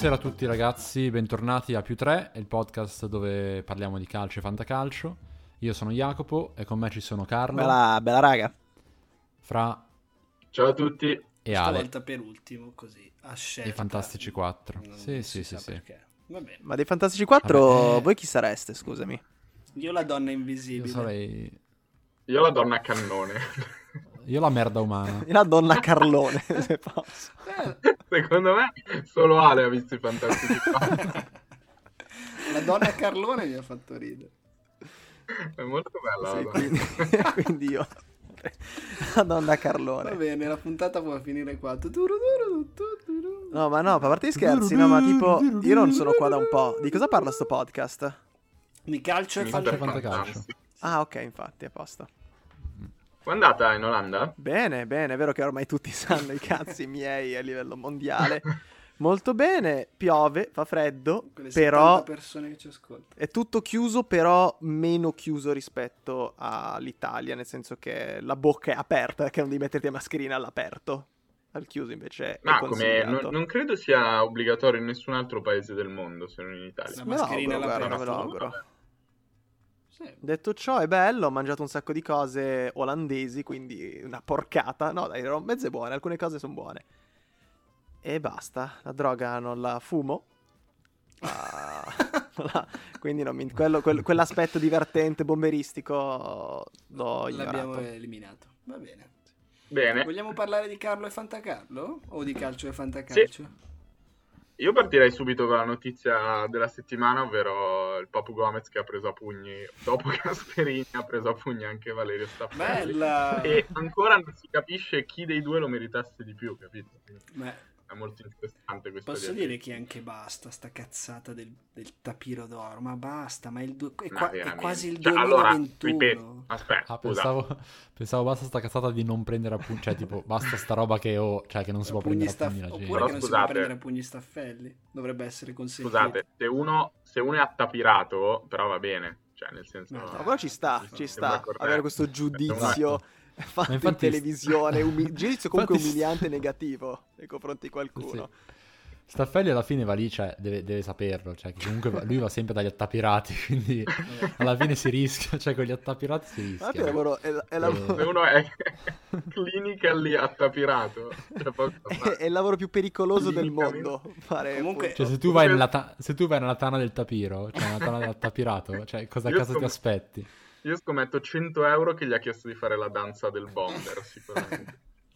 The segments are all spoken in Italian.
Buonasera a tutti ragazzi, bentornati a Più 3, il podcast dove parliamo di calcio e fantacalcio. Io sono Jacopo e con me ci sono Carlo, Bella raga. Fra Ciao a tutti. e Ale. Stavolta per ultimo, così, a scelta. I Fantastici 4. Non Sì. si sa perché. Va bene. Ma dei Fantastici 4 Vabbè. voi chi sareste, scusami? Io la donna Io invisibile. sarei... Io la donna a cannone. Io la merda umana. La donna Carlone, se posso. Secondo me solo Ale ha visto i Fantastici 4. La donna Carlone mi ha fatto ridere. È molto bella Sì, la donna. quindi io. La donna Va Carlone. bene, la puntata può finire qua. No, ma no, a parte gli scherzi, no, ma tipo, io non sono qua da un po'. Di cosa parla sto podcast? Di calcio e Calcio e fantacalcio. fantacalcio. Ah, ok, infatti, a posto. È andata in Olanda? Bene, è vero che ormai tutti sanno i cazzi miei a livello mondiale. Molto bene, piove, fa freddo, Quelle però 70 persone che ci ascoltano. è tutto chiuso, però meno chiuso rispetto all'Italia, nel senso che la bocca è aperta, che non devi metterti la mascherina all'aperto. Al chiuso invece è Ma come consigliato. non credo sia obbligatorio in nessun altro paese del mondo, se non in Italia. La Me lo mascherina auguro, guarda, all'aperto. me lo auguro. Sì. Detto ciò, è bello, ho mangiato un sacco di cose olandesi, quindi una porcata. No, dai, erano mezze buone, alcune cose sono buone. E basta, la droga non la fumo. Quindi quell'aspetto divertente, bomberistico l'ho L'abbiamo ignorato. eliminato. Va bene. Bene, Vogliamo parlare di Carlo e Fantacarlo? O di calcio e fantacalcio? io partirei subito con la notizia della settimana, ovvero il Papu Gomez che ha preso a pugni, dopo Gasperini ha preso a pugni anche Valerio Staffelli. Bella! E ancora non si capisce chi dei due lo meritasse di più, capito? Quindi Beh, è molto interessante questo. posso dire che anche basta sta cazzata del tapiro d'oro, ma basta, ma è veramente. quasi il Cioè, allora, 2021. ripeto, aspetta, Ah, scusa. pensavo basta sta cazzata di non prendere a pugni, cioè tipo basta sta roba che cioè che non si può Pugni prendere a pugni la gente. oppure Però che non si può scusate. prendere a pugni Staffelli, dovrebbe essere consentito. Scusate, se uno è attapirato, però va bene, cioè nel senso... No, No, però ci sta sembra corretto. avere questo giudizio fatto in infatti- televisione, giudizio comunque infatti- umiliante e negativo nei confronti di qualcuno. Sì. Staffelli alla fine va lì, cioè deve saperlo, cioè che comunque lui va sempre dagli attapirati, quindi alla fine si rischia, cioè con gli attapirati si Infatti rischia. Se uno è clinically attapirato, cioè, poco da fare. è il lavoro più pericoloso del Clinicamente. mondo. Fare Comunque- appunto. Cioè se tu vai nella tana del tapiro, cioè nella tana dell'attapirato, cioè cosa Io cazzo ti sono- aspetti? Io scommetto 100 euro che gli ha chiesto di fare la danza del bomber, sicuramente.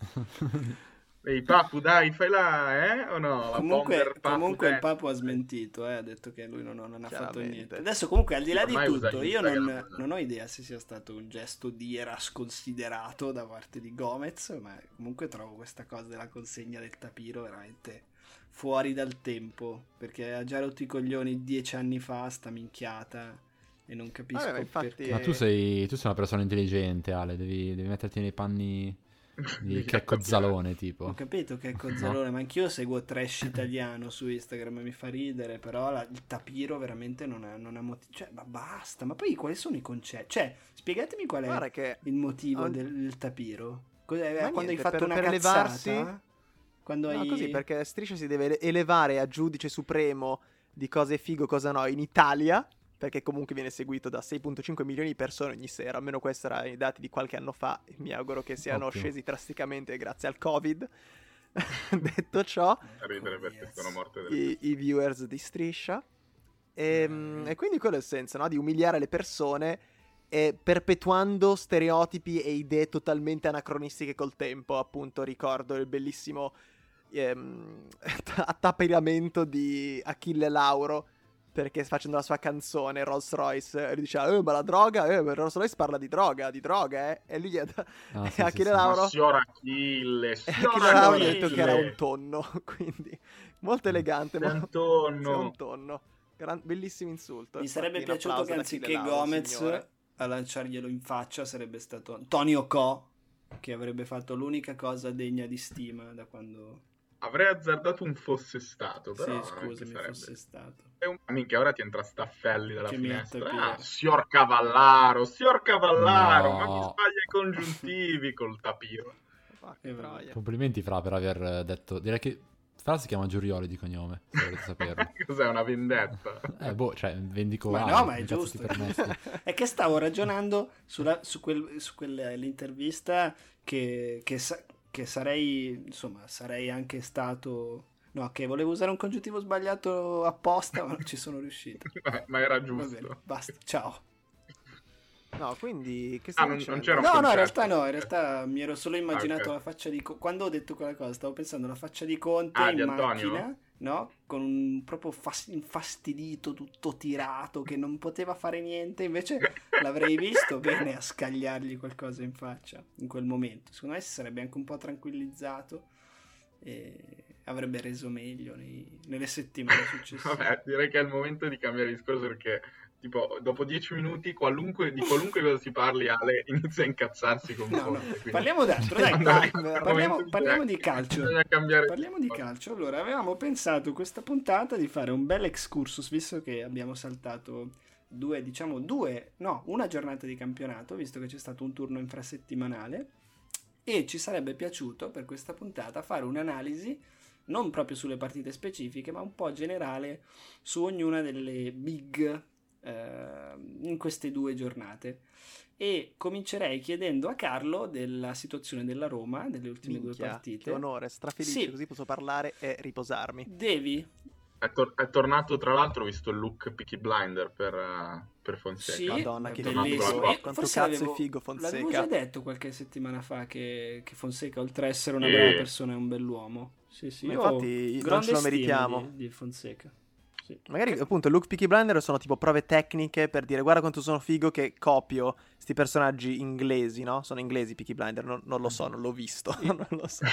Ehi Papu, dai, fai la, o no? La bomber Papu Comunque il dance. Papu ha smentito, ha detto che lui non ha fatto Chiaramente. niente. Adesso comunque al di là di Ormai usa tutto, io Instagram. non ho idea se sia stato un gesto di era sconsiderato da parte di Gomez, ma comunque trovo questa cosa della consegna del tapiro veramente fuori dal tempo, perché ha già rotto i coglioni 10 anni fa sta minchiata e non capisco Vabbè, infatti- perché. Ma tu sei una persona intelligente, Ale, devi metterti nei panni di Checco Zalone, tipo. Ho capito che è Cozzalone, ma anch'io seguo trash italiano su Instagram e mi fa ridere, però il tapiro veramente non ha motivo. Cioè, ma basta, ma poi quali sono i concetti? Cioè, spiegatemi qual è Guarda che il motivo Ah, del tapiro. Cos'è? Ma Quando hai niente, fatto per una elevarsi- cazzata? Quando no, hai... così perché Striscia si deve elevare a giudice supremo di cosa è figo, cosa no in Italia, perché comunque viene seguito da 6,5 milioni di persone ogni sera, almeno questi erano i dati di qualche anno fa, mi auguro che siano Ottimo. scesi drasticamente grazie al Covid. Detto ciò, A ridere perché sono morte i viewers di Striscia, e quindi quello è il senso, no? Di umiliare le persone perpetuando stereotipi e idee totalmente anacronistiche col tempo. Appunto ricordo il bellissimo attaperamento di Achille Lauro, perché facendo la sua canzone Rolls Royce lui diceva ma la droga, ma Rolls Royce parla di droga e lui gli ha Ah, e sì, Achille sì, sì. Lauro Signor Achille, e signor Achille Lauro gli ha detto Achille. che era un tonno, quindi molto elegante, Sei un sei tonno. un tonno. Bellissimo insulto. Mi sarebbe Infatti, un piaciuto applauso che ad Achille anziché Lauro, Gomez signore. a lanciarglielo in faccia sarebbe stato Antonio Co, che avrebbe fatto l'unica cosa degna di stima da quando... Avrei azzardato un fosse stato, Sì, però scusami, sarebbe. fosse stato. Minchia, ora ti entra Staffelli dalla Che mi finestra. attapira. Ah, signor Cavallaro, No. ma mi sbaglia i congiuntivi col tapiro. Porca vabbè. troia. Complimenti Fra per aver detto, direi che Fra si chiama Giurioli di cognome, se volete saperlo. Cos'è, una vendetta? Cioè, vendico Ma A, no, ma è che cazzo giusto. ti permetti? È che stavo ragionando su quell'intervista che sarei, insomma, sarei anche stato... No, che volevo usare un congiuntivo sbagliato apposta, ma non ci sono riuscito. Ma era Va giusto. bene, basta, ciao. No, quindi che Ah, stai non dicendo? c'era un No, in concetto. realtà mi ero solo immaginato Ok. la faccia di quando ho detto quella cosa, stavo pensando alla faccia di Conte Ah, in di Antonio? macchina, no? Con un proprio infastidito, tutto tirato, che non poteva fare niente, invece l'avrei visto bene a scagliargli qualcosa in faccia in quel momento. Secondo me si sarebbe anche un po' tranquillizzato e avrebbe reso meglio nelle settimane successive. Vabbè, direi che è il momento di cambiare discorso perché, tipo, dopo 10 minuti, di qualunque cosa si parli, Ale inizia a incazzarsi con No, Conte. quindi- parliamo d'altro, dai, Quando arriva il momento parliamo di calcio. Bisogna cambiare Parliamo di calcio. Allora, avevamo pensato questa puntata di fare un bel excursus, visto che abbiamo saltato una giornata di campionato, visto che c'è stato un turno infrasettimanale, e ci sarebbe piaciuto per questa puntata fare un'analisi non proprio sulle partite specifiche, ma un po' generale su ognuna delle big in queste 2 giornate. E comincerei chiedendo a Carlo della situazione della Roma, delle ultime 2 Minchia, partite. che onore, strafelice, Sì. così posso parlare e riposarmi. Devi? È tornato, tra l'altro, ho visto il look Peaky Blinder per Fonseca. Sì, Madonna, che bellissimo. figo. Quanto Quanto Forse cazzo è figo l'avevo Fonseca. già detto qualche settimana fa che Fonseca, oltre a essere una Sì. brava persona, è un bell'uomo. Sì, sì, Ma io infatti ho non grande ce lo stima meritiamo. di Fonseca. Sì. Magari appunto Luke Peaky Blinder sono tipo prove tecniche per dire guarda quanto sono figo che copio sti personaggi inglesi, no? Sono inglesi Peaky Blinder, non lo so, non l'ho visto, non lo so.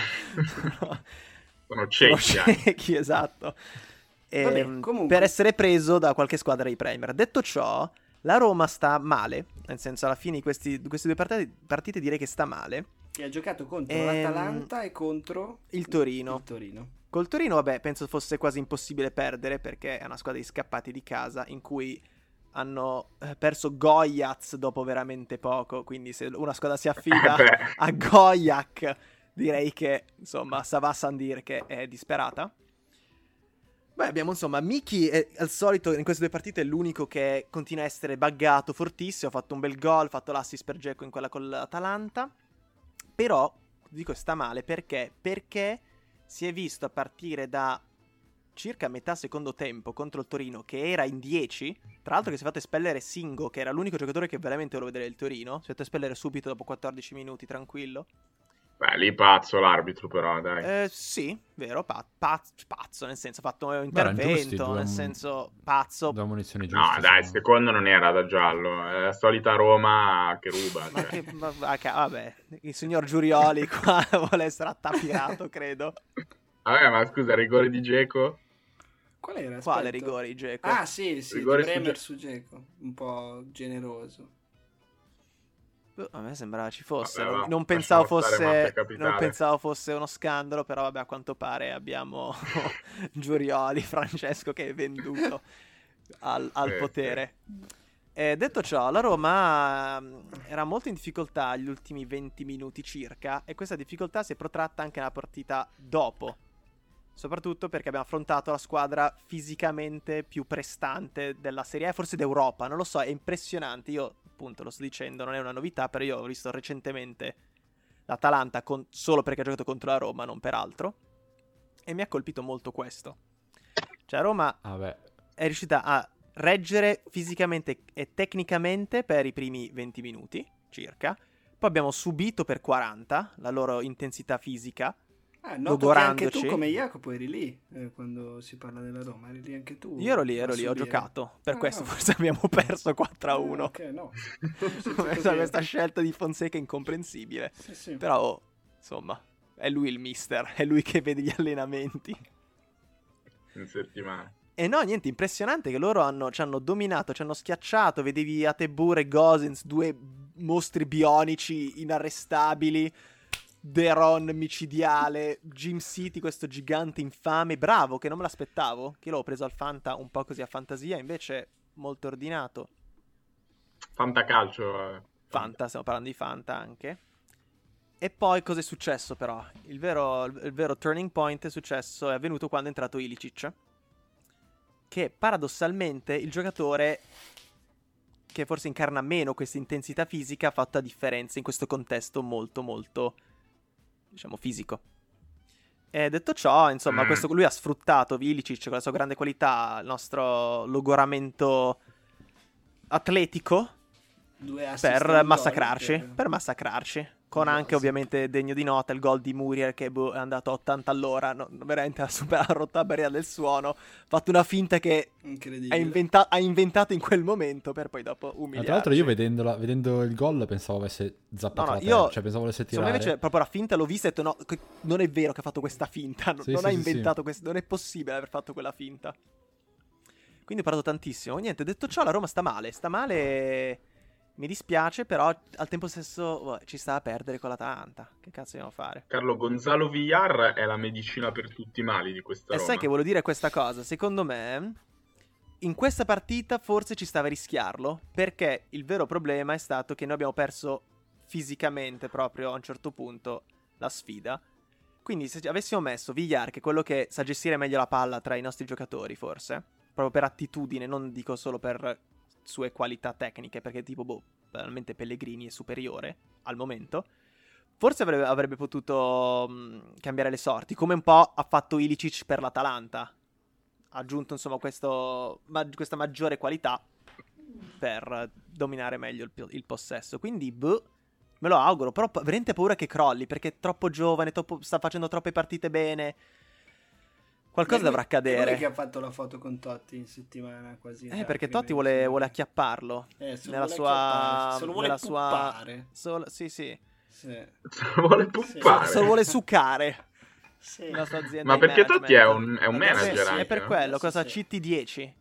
Sono Sono ciechi. ciechi, esatto. Vabbè, comunque. Per essere preso da qualche squadra di Premier. Detto ciò, la Roma sta male, nel senso alla fine di queste 2 partite direi che sta male. E ha giocato contro Ehm, l'Atalanta e contro Il Torino. il Torino. Col Torino, vabbè, penso fosse quasi impossibile perdere perché è una squadra di scappati di casa in cui hanno perso Goiaz dopo veramente poco, quindi se una squadra si affida a Goiak direi che, insomma, ça va sans dire che è disperata. Beh, abbiamo insomma Miki al solito in queste 2 partite è l'unico che continua a essere buggato fortissimo, ha fatto un bel gol, ha fatto l'assist per Dzeko in quella con l'Atalanta, però dico sta male perché si è visto a partire da circa metà secondo tempo contro il Torino che era in 10, tra l'altro che si è fatto espellere Singo che era l'unico giocatore che veramente volevo vedere il Torino, si è fatto espellere subito dopo 14 minuti tranquillo. Beh, lì pazzo l'arbitro però, dai. Sì, vero, pazzo, nel senso ha fatto un Beh, erano giusti, intervento, nel senso pazzo. 2 munizioni No, giuste. dai, secondo me. secondo non era da giallo. È la solita Roma che ruba. Ma cioè. che, vabbè, il signor Giurioli qua vuole essere attapirato, credo. Vabbè, ma scusa, rigore di Dzeko? Qual era? Quale Aspetta. rigore, Dzeko? Ah, sì, di Rigore su Bremer su Dzeko. Un po' generoso. A me sembrava ci fosse, Vabbè, va, non pensavo lasciamo stare Mafia fosse, Capitale. non pensavo fosse uno scandalo, però vabbè, a quanto pare abbiamo Giurioli, Francesco che è venduto al Sì, potere. Detto ciò, la Roma era molto in difficoltà gli ultimi 20 minuti circa e questa difficoltà si è protratta anche nella partita dopo, soprattutto perché abbiamo affrontato la squadra fisicamente più prestante della Serie A, forse d'Europa, non lo so, è impressionante. Io appunto lo sto dicendo, non è una novità, però io ho visto recentemente l'Atalanta solo perché ha giocato contro la Roma, non per altro, e mi ha colpito molto questo. Cioè Roma è riuscita a reggere fisicamente e tecnicamente per i primi 20 minuti circa, poi abbiamo subito per 40 la loro intensità fisica, Noto che anche tu logorandoci. come Jacopo eri lì quando si parla della Roma, eri lì anche tu. Io ero lì, a ho subire. giocato, per questo no. forse abbiamo perso 4-1. Ok, no. Questa scelta di Fonseca è incomprensibile. Sì, sì. Però, insomma, è lui il mister, è lui che vede gli allenamenti. In settimana. E no, niente, impressionante che loro ci hanno dominato, ci hanno schiacciato, vedevi Atebur e Gosens, 2 mostri bionici inarrestabili, Deron micidiale, Jim City, questo gigante infame, bravo, che non me l'aspettavo, che l'ho preso al Fanta un po' così a fantasia, invece molto ordinato. Fantacalcio. Fanta, stiamo parlando di Fanta anche. E poi cosa è successo però? Il vero turning point è avvenuto quando è entrato Ilicic, che paradossalmente il giocatore che forse incarna meno questa intensità fisica ha fatto la differenza in questo contesto molto molto, diciamo, fisico. E detto ciò, insomma, lui ha sfruttato Ilicic con la sua grande qualità, il nostro logoramento atletico, per massacrarci. Con anche ovviamente degno di nota il gol di Muriel che è andato a 80 all'ora, veramente ha rotto la barriera del suono, ha fatto una finta che ha inventato in quel momento per poi dopo umiliarci. Tra l'altro io vedendo il gol pensavo avesse zappato la terra, cioè pensavo volesse tirare. Invece proprio la finta l'ho vista e ho detto no, non è vero che ha fatto questa finta, non ha inventato questo, non è possibile aver fatto quella finta. Quindi ho parlato tantissimo. Niente, detto ciò la Roma sta male. Mi dispiace, però al tempo stesso ci sta a perdere con l'Atalanta. Che cazzo dobbiamo fare? Carlo, Gonzalo Villar è la medicina per tutti i mali di questa Roma. E sai che volevo dire questa cosa? Secondo me, in questa partita forse ci stava a rischiarlo, perché il vero problema è stato che noi abbiamo perso fisicamente proprio a un certo punto la sfida. Quindi se avessimo messo Villar, che è quello che sa gestire meglio la palla tra i nostri giocatori, forse, proprio per attitudine, non dico solo per sue qualità tecniche, perché tipo banalmente Pellegrini è superiore al momento, forse avrebbe potuto cambiare le sorti, come un po' ha fatto Ilicic per l'Atalanta, ha aggiunto insomma questa maggiore qualità per dominare meglio il possesso. Quindi me lo auguro, però veramente paura che crolli, perché è troppo giovane, sta facendo troppe partite bene. Qualcosa dovrà accadere. Che ha fatto la foto con Totti in settimana quasi. Perché Totti vuole acchiapparlo. Nella sua... Se lo vuole puppare. Sì. Se lo vuole puppare. Se lo vuole succare. Sì. La sua azienda. Ma perché Totti è un manager sì, anche, è per no? quello. Cosa CT10?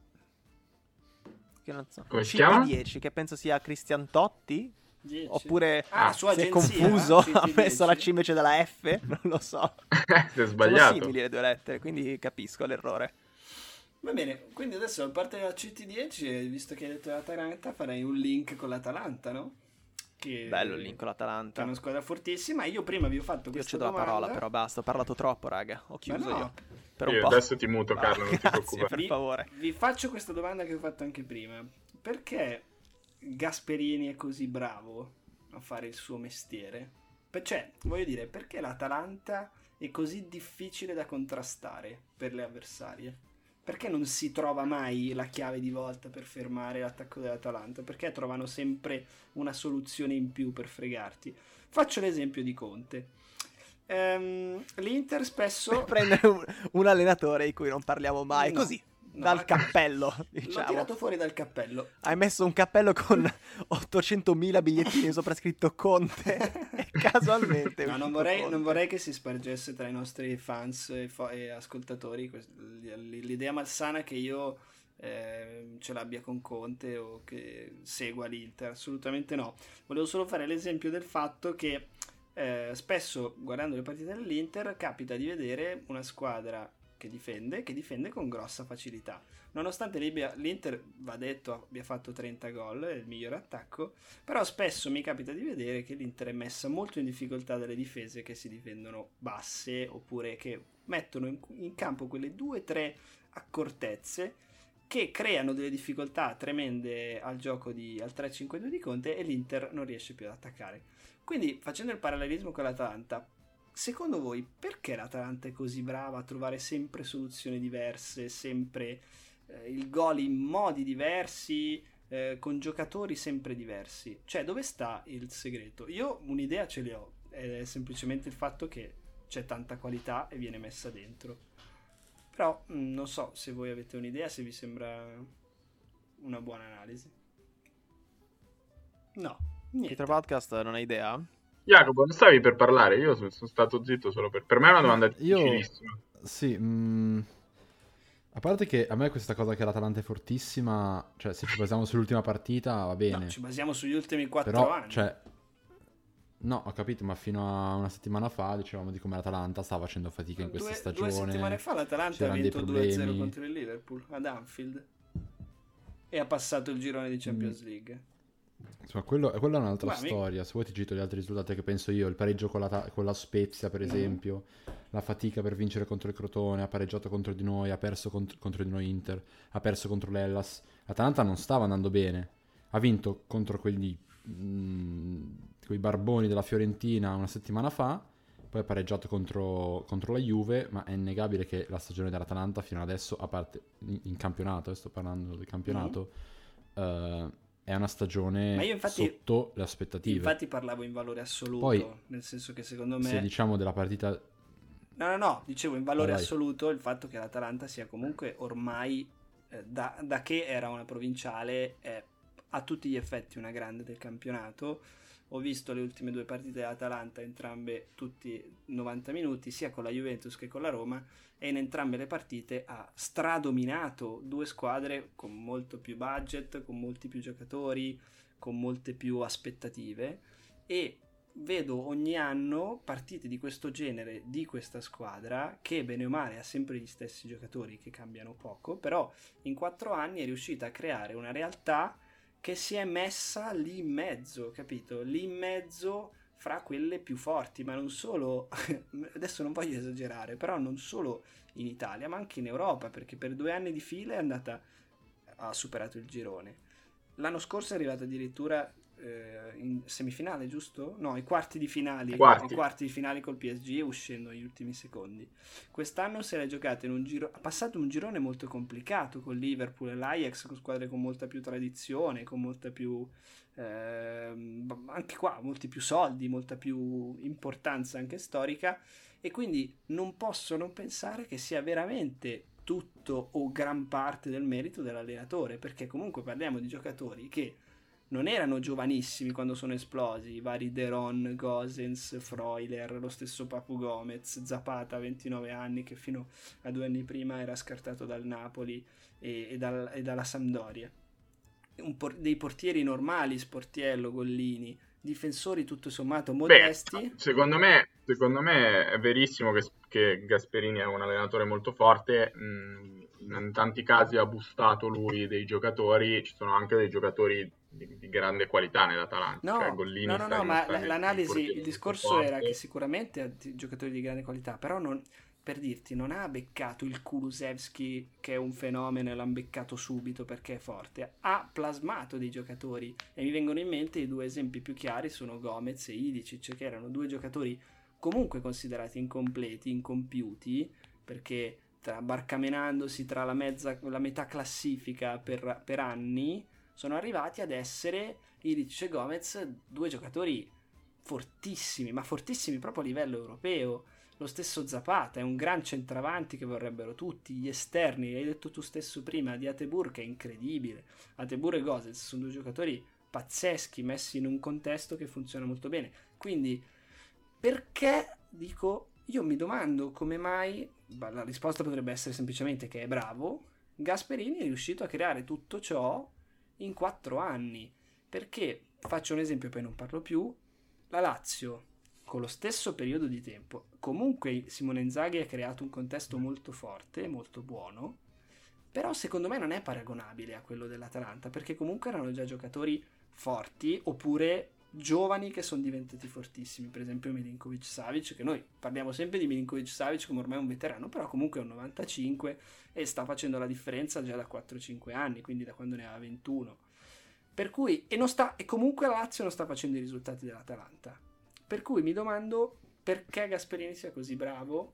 Che non so. Come si chiama? CT10, che penso sia Christian Totti. 10. Oppure sua si è agenzia, confuso, ha CT10. messo la C invece della F, non lo so. Si è sbagliato. Sono simili le due lettere, quindi capisco l'errore. Va bene, quindi adesso a parte la CT10, visto che hai detto l'Atalanta, farei un link con l'Atalanta, no? Bello il link con l'Atalanta. Che è una squadra fortissima. Io prima vi ho fatto questa domanda. Io cedo la parola, però basta, ho parlato troppo, raga. Ho chiuso io. Per un Io po'. adesso ti muto, Carlo, non ti Grazie, preoccupare. per favore. Vi faccio questa domanda che ho fatto anche prima. Perché Gasperini è così bravo a fare il suo mestiere? Cioè, voglio dire, perché l'Atalanta è così difficile da contrastare per le avversarie? Perché non si trova mai la chiave di volta per fermare l'attacco dell'Atalanta? Perché trovano sempre una soluzione in più per fregarti? Faccio l'esempio di Conte. L'Inter spesso... Prendere un allenatore di cui non parliamo mai, così. Dal cappello, diciamo. L'ho tirato fuori dal cappello. Hai messo un cappello con 800.000 bigliettini sopra scritto Conte e casualmente no, non vorrei che si spargesse tra i nostri fans e ascoltatori l'idea malsana che io ce l'abbia con Conte o che segua l'Inter. Assolutamente no. Volevo solo fare l'esempio del fatto che spesso guardando le partite dell'Inter capita di vedere una squadra che difende con grossa facilità, nonostante l'Inter, va detto, abbia fatto 30 gol, è il miglior attacco, però spesso mi capita di vedere che l'Inter è messa molto in difficoltà dalle difese che si difendono basse, oppure che mettono in campo quelle 2-3 accortezze che creano delle difficoltà tremende al gioco al 3-5-2 di Conte, e l'Inter non riesce più ad attaccare. Quindi, facendo il parallelismo con l'Atalanta, secondo voi perché l'Atalanta è così brava a trovare sempre soluzioni diverse, sempre il gol in modi diversi, con giocatori sempre diversi? Cioè, dove sta il segreto? Io un'idea ce l'ho, è semplicemente il fatto che c'è tanta qualità e viene messa dentro. Però non so se voi avete un'idea, se vi sembra una buona analisi. No, niente. Pietro Podcast non hai idea? Jacopo, non stavi per parlare? Io sono stato zitto solo per me è una domanda difficilissima. Sì, a parte che a me questa cosa che l'Atalanta è fortissima, cioè se ci basiamo sull'ultima partita va bene. No, ci basiamo sugli ultimi 4 però, anni. Cioè, no, ho capito, ma fino a una settimana fa dicevamo di come l'Atalanta stava facendo fatica in questa stagione. 2 settimane fa l'Atalanta ha vinto 2-0 contro il Liverpool ad Anfield e ha passato il girone di Champions League. Insomma, quella è un'altra Ma storia. Se vuoi ti cito gli altri risultati che penso io. Il pareggio con la Spezia, per esempio. La fatica per vincere contro il Crotone. Ha pareggiato contro di noi. Ha perso contro di noi Inter. Ha perso contro l'Hellas. L'Atalanta non stava andando bene. Ha vinto contro quei barboni della Fiorentina una settimana fa. Poi ha pareggiato contro la Juve. Ma è innegabile che la stagione dell'Atalanta fino adesso, a parte in campionato, sto parlando del campionato, è una stagione Ma io infatti, sotto le aspettative. Infatti parlavo in valore assoluto, Poi, nel senso che secondo me... se diciamo della partita... No, dicevo in valore Vai. assoluto il fatto che l'Atalanta sia comunque ormai, da che era una provinciale, è a tutti gli effetti una grande del campionato. Ho visto le ultime 2 partite dell'Atalanta, entrambe tutti 90 minuti, sia con la Juventus che con la Roma, e in entrambe le partite ha stradominato 2 squadre con molto più budget, con molti più giocatori, con molte più aspettative, e vedo ogni anno partite di questo genere di questa squadra che bene o male ha sempre gli stessi giocatori che cambiano poco, però in 4 anni è riuscita a creare una realtà che si è messa lì in mezzo, capito? Lì in mezzo fra quelle più forti, ma non solo, adesso non voglio esagerare, però non solo in Italia, ma anche in Europa, perché per 2 anni di fila ha superato il girone. L'anno scorso è arrivata addirittura in semifinale, giusto? No, i quarti di finale. I quarti di finale col PSG, uscendo negli ultimi secondi. Quest'anno se l'è giocata in un giro, ha passato un girone molto complicato con Liverpool e l'Ajax, con squadre con molta più tradizione, con molta più anche qua molti più soldi, molta più importanza anche storica, e quindi non posso non pensare che sia veramente tutto o gran parte del merito dell'allenatore, perché comunque parliamo di giocatori che non erano giovanissimi quando sono esplosi, i vari Deron, Gosens, Freuler, lo stesso Papu Gomez, Zapata, 29 anni, che fino a 2 anni prima era scartato dal Napoli e dalla Sampdoria. Dei portieri normali, Sportiello, Gollini, difensori tutto sommato modesti. Secondo me è verissimo che Gasperini è un allenatore molto forte. In tanti casi ha bustato lui dei giocatori, ci sono anche dei giocatori di grande qualità nell'Atalanta. Cioè Gollini ma l'analisi, il discorso era che sicuramente ha giocatori di grande qualità, però non, per dirti, non ha beccato il Kulusevski che è un fenomeno e l'ha beccato subito perché è forte, ha plasmato dei giocatori, e mi vengono in mente i 2 esempi più chiari sono Gomez e Ilicic, che erano 2 giocatori comunque considerati incompleti, incompiuti, perché barcamenandosi tra la metà classifica per anni sono arrivati ad essere Ilicic e Gomez 2 giocatori fortissimi, ma fortissimi proprio a livello europeo. Lo stesso Zapata è un gran centravanti che vorrebbero tutti. Gli esterni, hai detto tu stesso prima, di Atebur, che è incredibile. Atebur e Gosens sono 2 giocatori pazzeschi messi in un contesto che funziona molto bene. Quindi perché, dico, io mi domando come mai, la risposta potrebbe essere semplicemente che è bravo, Gasperini è riuscito a creare tutto ciò in 4 anni. Perché, faccio un esempio poi non parlo più, la Lazio con lo stesso periodo di tempo, comunque Simone Inzaghi ha creato un contesto molto forte, molto buono, però secondo me non è paragonabile a quello dell'Atalanta, perché comunque erano già giocatori forti, oppure giovani che sono diventati fortissimi, per esempio Milinkovic-Savic, che noi parliamo sempre di Milinkovic-Savic come ormai un veterano, però comunque è un 95 e sta facendo la differenza già da 4-5 anni, quindi da quando ne aveva 21. Per cui, e comunque la Lazio non sta facendo i risultati dell'Atalanta. Per cui mi domando perché Gasperini sia così bravo.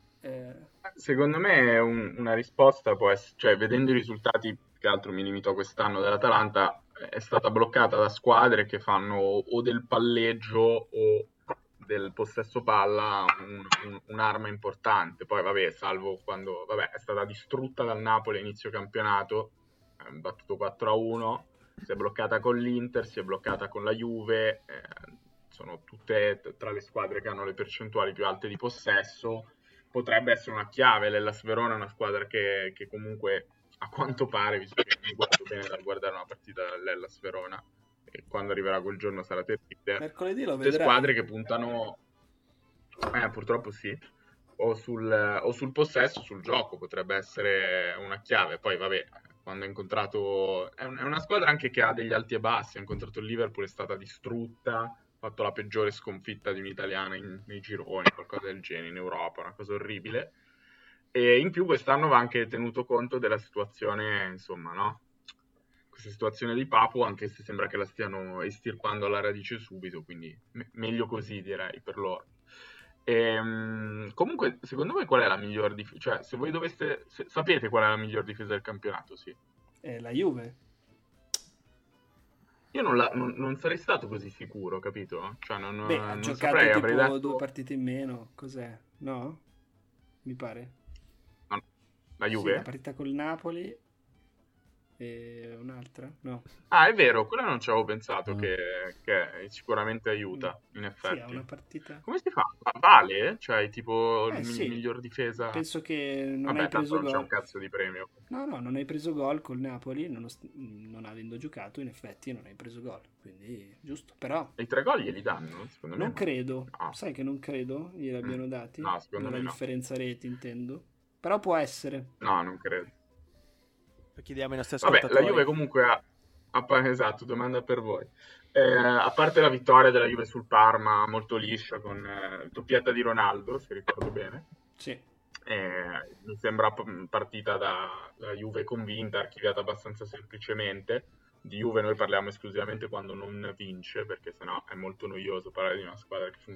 Secondo me una risposta può essere, cioè vedendo i risultati, più che altro mi limito a quest'anno dell'Atalanta, è stata bloccata da squadre che fanno o del palleggio o del possesso palla un'arma importante. Poi vabbè, salvo quando è stata distrutta dal Napoli a inizio campionato, battuto 4-1, si è bloccata con l'Inter, si è bloccata con la Juve, sono tutte tra le squadre che hanno le percentuali più alte di possesso. Potrebbe essere una chiave. L'Hellas Verona è una squadra che comunque, a quanto pare, visto che mi guardo bene dal guardare una partita dell'Hellas Verona, e quando arriverà quel giorno sarà terribile, mercoledì lo tutte vedrai. squadre che puntano, purtroppo sì, o sul possesso, sul gioco, potrebbe essere una chiave. Poi vabbè, quando ha incontrato... È una squadra anche che ha degli alti e bassi, ha incontrato il Liverpool, è stata distrutta, ha fatto la peggiore sconfitta di un'italiana nei gironi, qualcosa del genere, in Europa, una cosa orribile. E in più quest'anno va anche tenuto conto della situazione, insomma, no? Questa situazione di Papu, anche se sembra che la stiano estirpando alla radice subito, quindi meglio così, direi, per loro. Comunque, secondo voi qual è la miglior difesa? Cioè, se voi doveste... sapete qual è la miglior difesa del campionato, sì. La Juve. Io non sarei stato così sicuro, capito? Cioè, Ha non giocato saprei, tipo avrei detto... 2 partite in meno. Cos'è? No? Mi pare. No, la Sì, Juve? la partita col Napoli e un'altra? No. Ah, è vero, quella non ci avevo pensato, Mm. che sicuramente aiuta, in Sì, effetti. ha una partita. Come si fa? Vale? Cioè, tipo, Sì. miglior difesa... Penso che non Vabbè, hai tanto preso non c'è un gol. cazzo di premio. No, non hai preso gol col Napoli, non avendo giocato, in effetti non hai preso gol. Quindi, giusto. Però E i 3 gol glieli danno? Secondo me non no. credo. No. Sai che non credo gliel'abbiano dati? No, secondo Nella me no. differenza reti, intendo. Però può essere. No, non credo. Lo chiediamo ai nostri Vabbè, ascoltatori. la Juve comunque esatto, domanda per voi. A parte la vittoria della Juve sul Parma, molto liscia, con doppietta di Ronaldo, se ricordo bene, Sì. mi sembra partita da Juve convinta, archiviata abbastanza semplicemente. Di Juve noi parliamo esclusivamente quando non vince, perché sennò è molto noioso parlare di una squadra che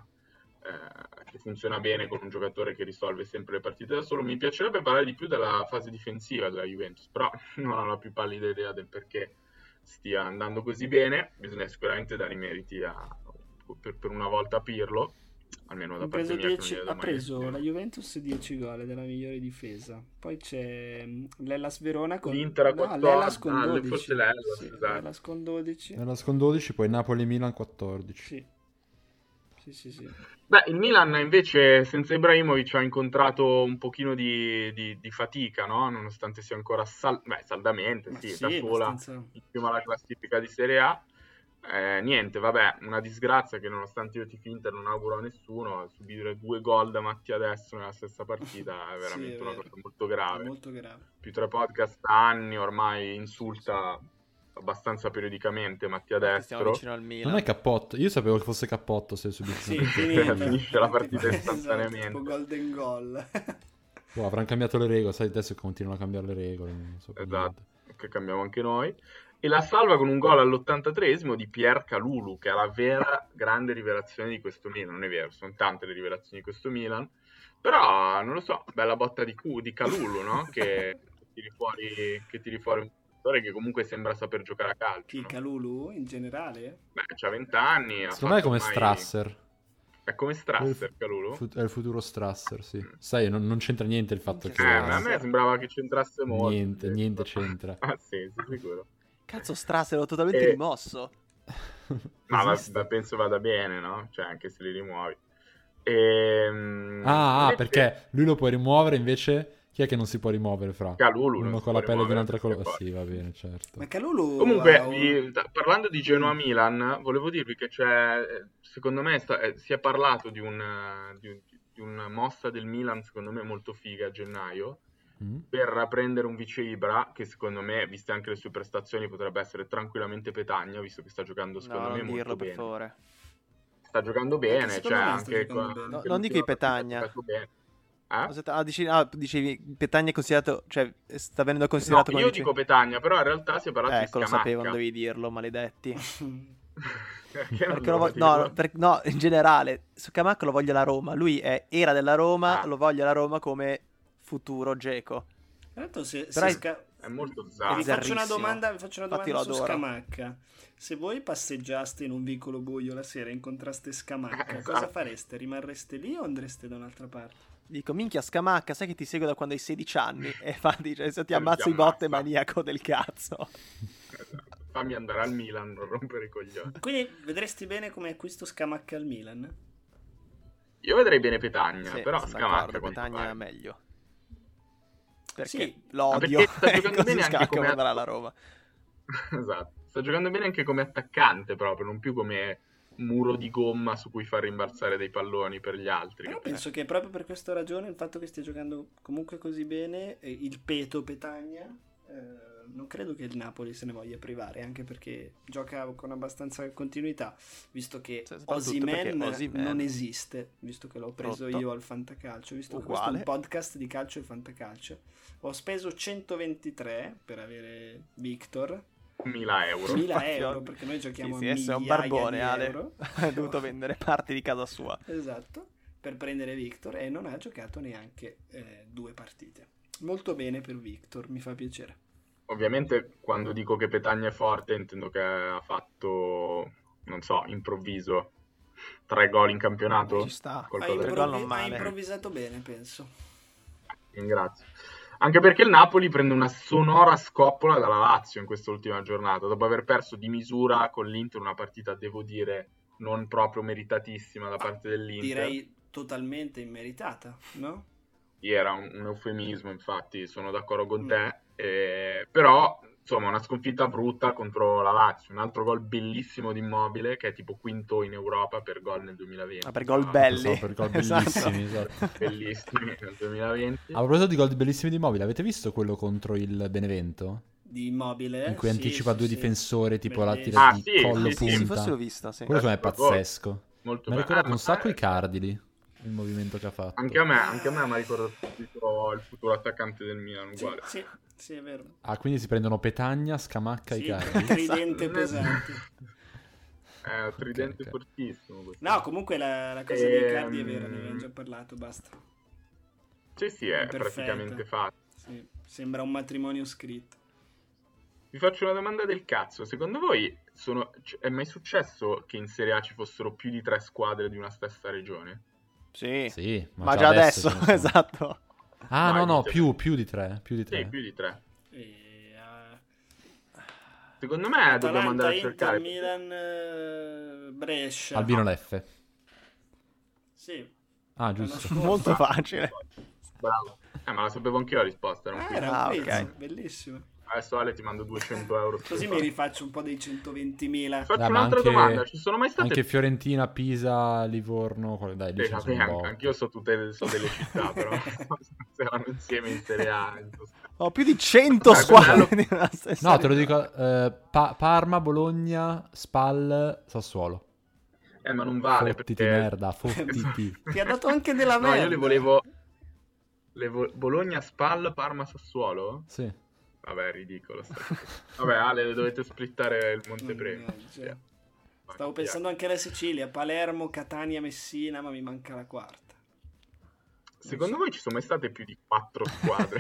funziona bene con un giocatore che risolve sempre le partite da solo. Mi piacerebbe parlare di più della fase difensiva della Juventus, però non ho la più pallida idea del perché stia andando così bene. Bisogna sicuramente dare i meriti per una volta a Pirlo, almeno da Ha parte preso, mia, che non 10 gliene do ha mai preso nessuno. la Juventus 10 gol della migliore difesa. Poi c'è l'Hellas Verona con... L'Inter a No, 14, l'Hellas con 12. forse l'Hellas, Sì, esatto. l'Hellas con 12. Nella con 12, poi Napoli-Milan 14. Sì. Sì. Beh, il Milan invece senza Ibrahimovic ha incontrato un pochino di fatica, no? Nonostante sia ancora saldamente, Ma sì, sì, da sola abbastanza. in cima alla classifica di Serie A. Niente, vabbè, una disgrazia che nonostante io tifi Inter non auguro a nessuno, subire 2 gol da Matti adesso nella stessa partita è Sì, veramente è una vero. cosa molto È grave. molto grave. Più 3 podcast da anni ormai insulta abbastanza periodicamente Mattia Infatti stiamo Destro. vicino al Milan. Non è Cappotto. Io sapevo che fosse Cappotto se subisce Sì, una finita. Finisce la partita Tipo- istantaneamente. esatto, tipo golden goal. Boh, avranno cambiato le regole, sai, adesso continuano a cambiare le regole. Non so per Esatto, niente. che cambiamo anche noi. E la salva con un gol all'83esimo di Pierre Kalulu, che è la vera grande rivelazione di questo Milan. Non è vero, sono tante le rivelazioni di questo Milan, però non lo so, bella botta di Kalulu, no? Che tiri fuori un giocatore che comunque sembra saper giocare a calcio, Chi, no? Kalulu in generale? Beh, c'ha 20 anni. Secondo me è come Strasser. È come Strasser, Kalulu? È il futuro Strasser, sì. Sai, non c'entra niente il fatto che... Ma a me sembrava che c'entrasse molto. Niente c'entra. Ah sì, sicuro. Cazzo, Strasser, l'ho totalmente Eh, rimosso. Ma Esiste? penso vada bene, no? Cioè, anche se li rimuovi. Invece Perché lui lo puoi rimuovere, invece chi è che non si può rimuovere fra? Kalulu non Uno si con può la pelle di rimuovere un'altra colore. perché Sì, va bene, certo. Ma Kalulu Comunque, ha un- parlando di Genoa-Milan, volevo dirvi che secondo me si è parlato di una mossa del Milan, secondo me molto figa a gennaio, Mm? per prendere un vice Ibra, che secondo me, viste anche le sue prestazioni, potrebbe essere tranquillamente Petagna, visto che sta giocando secondo No, me non molto dirlo, per bene. favore. Sta giocando bene, secondo cioè me sta anche giocando bene. No, anche non dico l'ultima i partita ha Petagna. giocato bene. Dicevi Petagna è considerato, cioè sta venendo considerato No, come io dico Petagna, però in realtà si è parlato di Ecco, lo sapevo, non Scamacca. dovevi dirlo, maledetti. Perché non Perché lo devo voglio, dirlo? no, in generale, su Scamacca lo voglio la Roma. Lui era della Roma, Ah. lo voglio la Roma come futuro Dzeko. Tra l'altro Però È molto vi zarro. Zarrissimo. faccio una domanda Infatti lo su adoro. Scamacca. Se voi passeggiaste in un vicolo buio la sera e incontraste Scamacca, Esatto. cosa fareste? Rimarreste lì o andreste da un'altra parte? Dico, minchia, Scamacca, sai che ti seguo da quando hai 16 anni? E fa, dice, se ti Ti ammazzo i botte, ammazza. maniaco del cazzo. Esatto. Fammi andare al Milan, non rompere i coglioni. Quindi vedresti bene come acquisto Scamacca al Milan? Io vedrei bene Petagna, Sì, però sono Scamacca d'accordo, quanto Petagna pare. è meglio. Perché Sì, l'odio. ma perché sta giocando Così bene anche Scamacca come- andrà alla Roma. Esatto. Sta giocando bene anche come attaccante proprio, non più come muro di gomma su cui far rimbalzare dei palloni per gli altri. Però capito? penso che proprio per questa ragione il fatto che stia giocando comunque così bene, il peto Petagna non credo che il Napoli se ne voglia privare, anche perché gioca con abbastanza continuità, visto che Osimhen non esiste, visto che l'ho preso io al Fantacalcio, visto che questo è un podcast di calcio e fantacalcio. Ho speso 123 per avere Victor. 1.000 euro. 1.000 euro, perché noi giochiamo a è un barbone, Ale. Ha dovuto vendere parti di casa sua. Esatto, per prendere Victor, e non ha giocato neanche 2 partite. Molto bene per Victor, mi fa piacere. Ovviamente quando dico che Petagna è forte intendo che ha fatto, non so, improvviso 3 gol in campionato. Ci sta. Ha improvvisato bene, penso. Ringrazio. Anche perché il Napoli prende una sonora scoppola dalla Lazio in quest'ultima giornata, dopo aver perso di misura con l'Inter una partita, devo dire, non proprio meritatissima da parte dell'Inter. Direi totalmente immeritata, no? Era un eufemismo, infatti, sono d'accordo con te, però insomma una sconfitta brutta contro la Lazio, un altro gol bellissimo di Immobile che è tipo quinto in Europa per gol nel 2020. Per gol belli. Per gol bellissimi, esatto. Bellissimi nel 2020. A proposito di gol bellissimi di Immobile, avete visto quello contro il Benevento? Di Immobile? In cui anticipa 2 difensori, tipo la Bellissimo. tira di collo sì, punta. Sì, forse l'ho vista, sì. Quello secondo me è pazzesco. Molto Mi ha bello. ricordato un sacco Icardi lì, il movimento che ha fatto. Anche a me mi ha ricordato il futuro attaccante del Milan, uguale. Sì, è vero. Ah, quindi si prendono Petagna, Scamacca, Icardi? Tridente pesante. È un tridente ok. fortissimo questo. No, comunque la cosa di Icardi è vera, ne abbiamo già parlato, basta. Sì, è perfetta. praticamente fatto. Sì, sembra un matrimonio scritto. Vi faccio una domanda del cazzo. Secondo voi è mai successo che in Serie A ci fossero più di 3 squadre di una stessa regione? Sì, ma ma già adesso ce ne sono. esatto. Ah, Vai, no, ditemi. più di 3. Sì, più di 3. E, Secondo me dobbiamo Atalanta, andare a cercare. Inter, Milan, Brescia. Albino Leffe. Sì. Ah, giusto. L'anno scorso. Molto facile. Bravo. Ma la sapevo anch'io la risposta. Era un quiz. Era un quiz, ok. bellissimo. Adesso Ale ti mando 200 euro. Così mi rifaccio un po' dei 120.000. Faccio Dai, ma un'altra anche- domanda. Ci sono mai state... Anche Fiorentina, Pisa, Livorno, dai, lì ce ne sono un botto. Anch'io so delle città, però se erano insieme in Serie A. Ho più di 100 Dai, squadre bello. di una stessa No, te lo regione. dico, Parma, Bologna, Spal, Sassuolo. Ma non vale Fottiti perché... merda, fottiti. Ti ha dato anche della No, merda. io le volevo... Bologna, Spal, Parma, Sassuolo? Sì. Vabbè, è ridicolo. Vabbè, Ale, dovete splittare il Montepremi. Mannaggia. Stavo pensando anche alla Sicilia, Palermo, Catania, Messina, ma mi manca la quarta. Secondo voi ci sono mai state più di 4 squadre?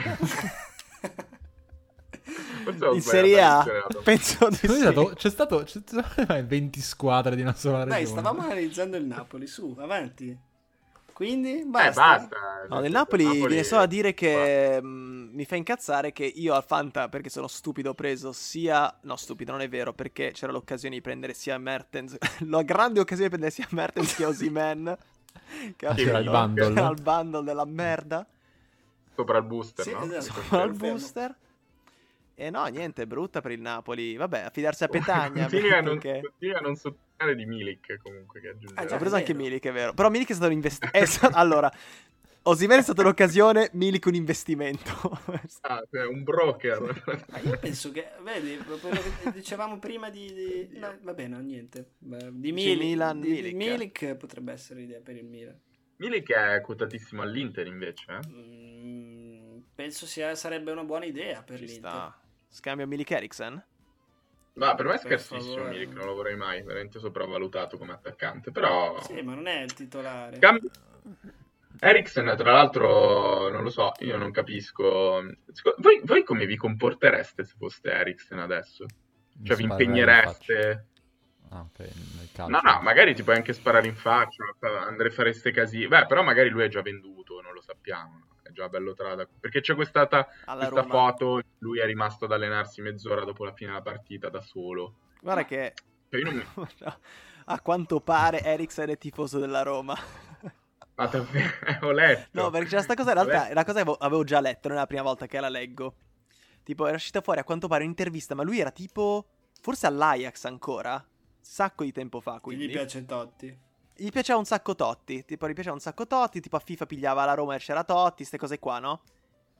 Forse ho In sbagliato Serie A l'inizio. penso di sì. C'è stato 20 squadre di una sola regione. Dai, stavamo analizzando il Napoli, su, avanti. Quindi, basta. Basta. No, del Napoli viene solo a dire che mi fa incazzare che io al Fanta, perché sono stupido, ho preso sia... No, stupido, non è vero, perché c'era l'occasione di prendere sia Mertens... La grande occasione di prendere sia Mertens che Osimhen. Che c'era il bundle. Era il bundle della merda. Sopra il booster, Sì, no? esatto. Con il Confermo. booster. E no, niente, è brutta per il Napoli. Vabbè, affidarsi a Petagna. Continui a perché... non sottolineare di Milik, comunque, che aggiungerà. Ho preso anche vero. Milik, è vero. Però Milik è stato un investimento. Allora, Osimhen è stata un'occasione, Milik un investimento. Cioè, un broker. Ma io penso che, vedi, quello che dicevamo prima no, vabbè, no, niente. Di Milan, Milik. Milik. Milik potrebbe essere l'idea per il Milan. Milik è quotatissimo all'Inter, invece, eh? Penso sarebbe una buona idea per Ci l'Inter. sta. Scambio Milik Eriksen? Ma per me è Per scarsissimo favore. Milik, non lo vorrei mai, veramente sopravvalutato come attaccante, però... Sì, ma non è il titolare. Eriksen, tra l'altro, non lo so, io non capisco. Voi come vi comportereste se foste Eriksen adesso? Cioè, vi impegnereste? Ah, ok, nel calcio. No, magari ti puoi anche sparare in faccia, fareste casini. Beh, però magari lui è già venduto, non lo sappiamo. È già bello perché c'è questa Alla questa Roma. foto, lui è rimasto ad allenarsi mezz'ora dopo la fine della partita da solo. Guarda che... Cioè, io non mi... No, a quanto pare Eriksen è tifoso della Roma. Ma davvero, ho letto. No, perché c'è sta cosa, in realtà è una cosa che avevo già letto, non è la prima volta che la leggo. Tipo, era uscita fuori a quanto pare un'intervista, ma lui era tipo... Forse all'Ajax ancora? Sacco di tempo fa, quindi. Gli piace Totti. Gli piaceva un sacco Totti. Tipo, gli piaceva un sacco Totti. Tipo, a FIFA pigliava la Roma e c'era Totti, ste cose qua, no?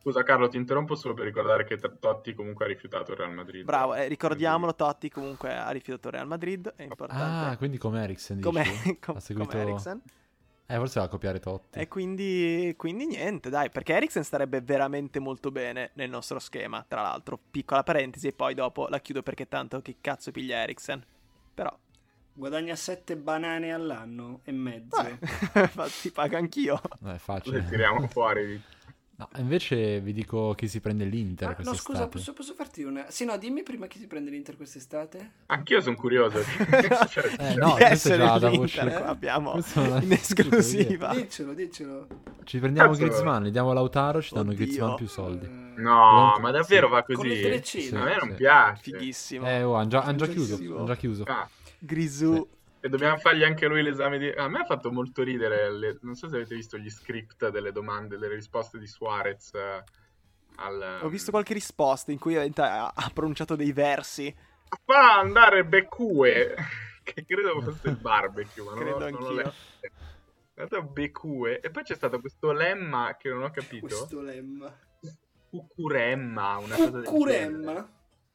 Scusa Carlo, ti interrompo solo per ricordare che Totti comunque ha rifiutato il Real Madrid. Bravo, ricordiamolo, Totti comunque ha rifiutato il Real Madrid, è importante. Ah, quindi come Eriksen dici? Come Ha seguito... come Eriksen. Forse va a copiare Totti. E quindi niente, dai, perché Eriksen starebbe veramente molto bene nel nostro schema, tra l'altro. Piccola parentesi e poi dopo la chiudo perché tanto chi cazzo piglia Eriksen. Però... Guadagna 7 banane all'anno e mezzo. Infatti paga anch'io. È facile. Le tiriamo fuori. No, invece vi dico chi si prende l'Inter No, quest'estate. scusa, posso farti una... Sì, no, dimmi prima chi si prende l'Inter quest'estate. Anch'io sono curioso. No, Di questo è essere già da l'Inter, voce. qua abbiamo Questo non è- in esclusiva. Diccelo. Ci prendiamo Cazzo. Griezmann, gli diamo Lautaro, ci danno Oddio. Griezmann più soldi. No, ma davvero va Con le così? telecine. A me non Sì. piace. Fighissimo. Han già chiuso. Fighissimo. Han già chiuso. Ah, Grisù. e dobbiamo fargli anche lui l'esame di... A me ha fatto molto ridere, non so se avete visto gli script delle domande, delle risposte di Suarez al... Ho visto qualche risposta in cui ha pronunciato dei versi. Fa andare Becue, che credo fosse il barbecue, ma Credo non l'ho anch'io. letto. È andato Becue, e poi c'è stato questo lemma che non ho capito. Questo lemma. Cucuremma, una cosa del genere. Cucuremma.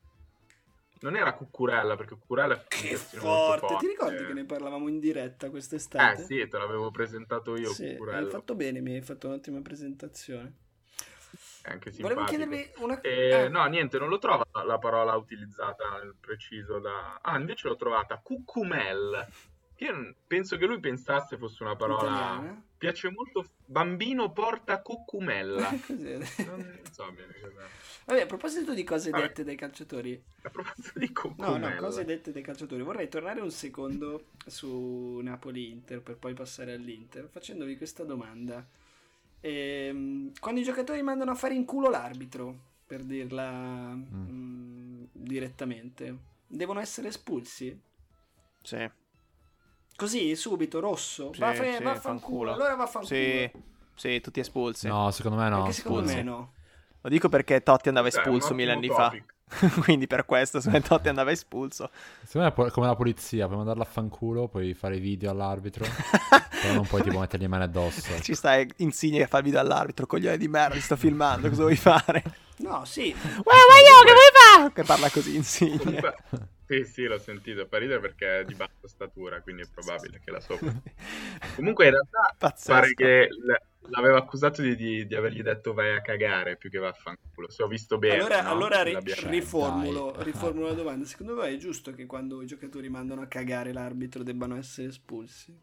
Non era Cucurella, perché Cucurella è Che un'espressione molto forte. Ti ricordi che ne parlavamo in diretta quest'estate? sì, te l'avevo presentato io, Sì, Cucurella. hai fatto bene, mi hai fatto un'ottima presentazione. È anche Volevo simpatico. chiedervi una No, niente, non lo trova la parola utilizzata nel preciso da... Ah, invece l'ho trovata, cucumel. Io penso che lui pensasse fosse una parola... italiana. Piace molto, bambino porta cucumella. Cos'è? Non so bene cos'è. Vabbè, a proposito di cose Vabbè. dette dai calciatori, A proposito di no, cucumella. cose dette dai calciatori, vorrei tornare un secondo su Napoli-Inter per poi passare all'Inter, facendovi questa domanda. Quando i giocatori mandano a fare in culo l'arbitro, per dirla direttamente, devono essere espulsi? Sì. Così, subito, rosso? Sì, Vaffanculo. fanculo. Allora vaffanculo. Sì, tutti espulsi. No, secondo me no. Perché secondo scusa. me no. Lo dico perché Totti andava Cioè, espulso un 1000 ottimo anni topic. fa. Quindi per questo, se Totti andava espulso. Secondo me è come la polizia, puoi mandarla a fanculo, puoi fare i video all'arbitro, però non puoi tipo mettergli le mani addosso. Ci sta Insigne che fa il video all'arbitro, coglione di merda, ti sto filmando, cosa vuoi fare? No, sì. Che vuoi fare? Che parla così Insigne. Comunque, sì, l'ho sentito, fa ridere perché è di bassa statura, quindi è probabile che la sopra. Comunque in realtà Pazzesco. pare che l'aveva accusato di avergli detto vai a cagare più che vaffanculo, se ho visto bene. Allora no? L'abbia- riformulo dai. la domanda. Secondo voi è giusto che quando i giocatori mandano a cagare l'arbitro debbano essere espulsi?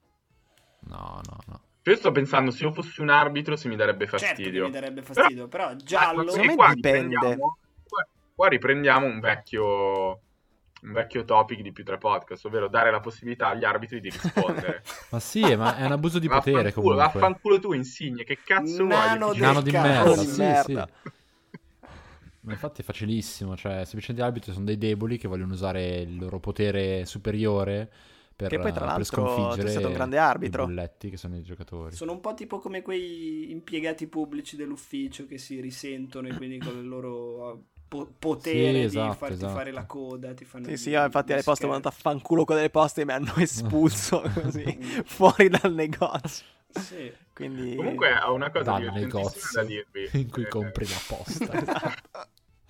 No. Io sto pensando, se io fossi un arbitro, se mi darebbe Certo che fastidio. mi darebbe fastidio, però giallo... secondo me qua dipende. qua riprendiamo un vecchio topic di più tre podcast, ovvero dare la possibilità agli arbitri di rispondere. Ma sì, ma è un abuso di potere comunque. Vaffanculo tu, Insigne, che cazzo Nano vuoi? del Nano di cazzo. merda, di sì, merda. sì. Ma infatti è facilissimo, cioè semplicemente gli arbitri sono dei deboli che vogliono usare il loro potere superiore per, Che poi, tra per l'altro, tu sconfiggere sei stato un grande arbitro. i bulletti che sono i giocatori. Sono un po' tipo come quei impiegati pubblici dell'ufficio che si risentono e quindi con il loro potere Sì, esatto, di farti esatto. fare la coda ti fanno Sì, io infatti gli alle poste ho scherzi. mandato a fanculo con delle poste e mi hanno espulso così, fuori dal negozio. Sì. Quindi... Comunque ho una cosa Dal divertentissima negozio da dirvi. in cui compri la posta. Esatto.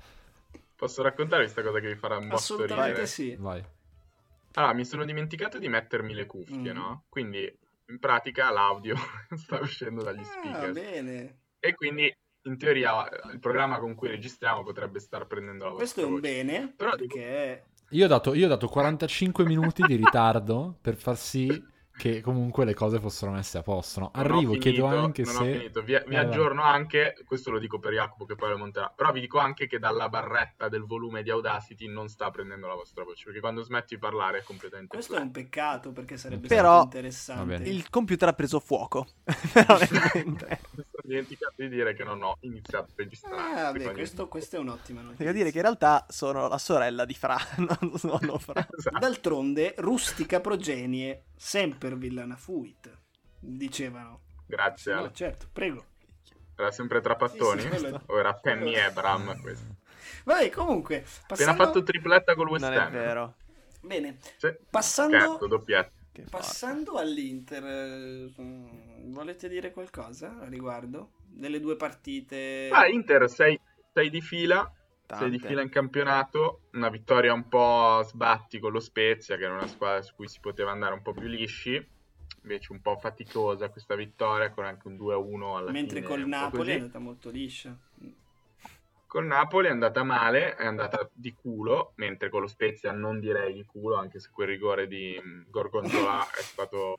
Posso raccontare questa cosa che vi farà un botto Assolutamente ridere? sì. Vai. Allora, mi sono dimenticato di mettermi le cuffie, no? Quindi, in pratica, l'audio sta uscendo dagli Ah, speaker. bene. E quindi, in teoria, il programma con cui registriamo potrebbe star prendendo la Questo è vostra un voce. bene, Però perché Io ho dato 45 minuti di ritardo per far sì che comunque le cose fossero messe a posto, no? Non ho Arrivo, finito, chiedo anche non se... ho finito. Vi vai. aggiorno anche, questo lo dico per Jacopo che poi lo monterà, però vi dico anche che dalla barretta del volume di Audacity non sta prendendo la vostra voce, perché quando smetti di parlare è completamente questo è un peccato perché sarebbe Però- stato interessante. Va bene. Il computer ha preso fuoco. Però nel mentre. Mi sono dimenticato di dire che non ho iniziato a registrare. Ah, beh, quindi- questo è un'ottima notizia. Devo dire che in realtà sono la sorella di Fra, non sono Fra. Esatto. D'altronde, rustica progenie, semper villana fuit, dicevano. Grazie. No, Ale. certo, prego. Era sempre Trapattoni? Sì, quello- O era Penny Abram questo? Vabbè, comunque, Appena passando... fatto tripletta col West Non Ham. è vero. Bene, Sì. passando... Scherzo, doppietta. Che Passando all'Inter, volete dire qualcosa a riguardo? delle due partite. Inter 6 di fila. Tante. 6 di fila in campionato, una vittoria un po' a sbatti con lo Spezia, che era una squadra su cui si poteva andare un po' più lisci, invece un po' faticosa questa vittoria, con anche un 2-1 alla Mentre fine. col un po' Napoli così. è andata molto liscia. Col Napoli è andata male, è andata di culo, mentre con lo Spezia non direi di culo, anche se quel rigore di Gorgonzola è stato...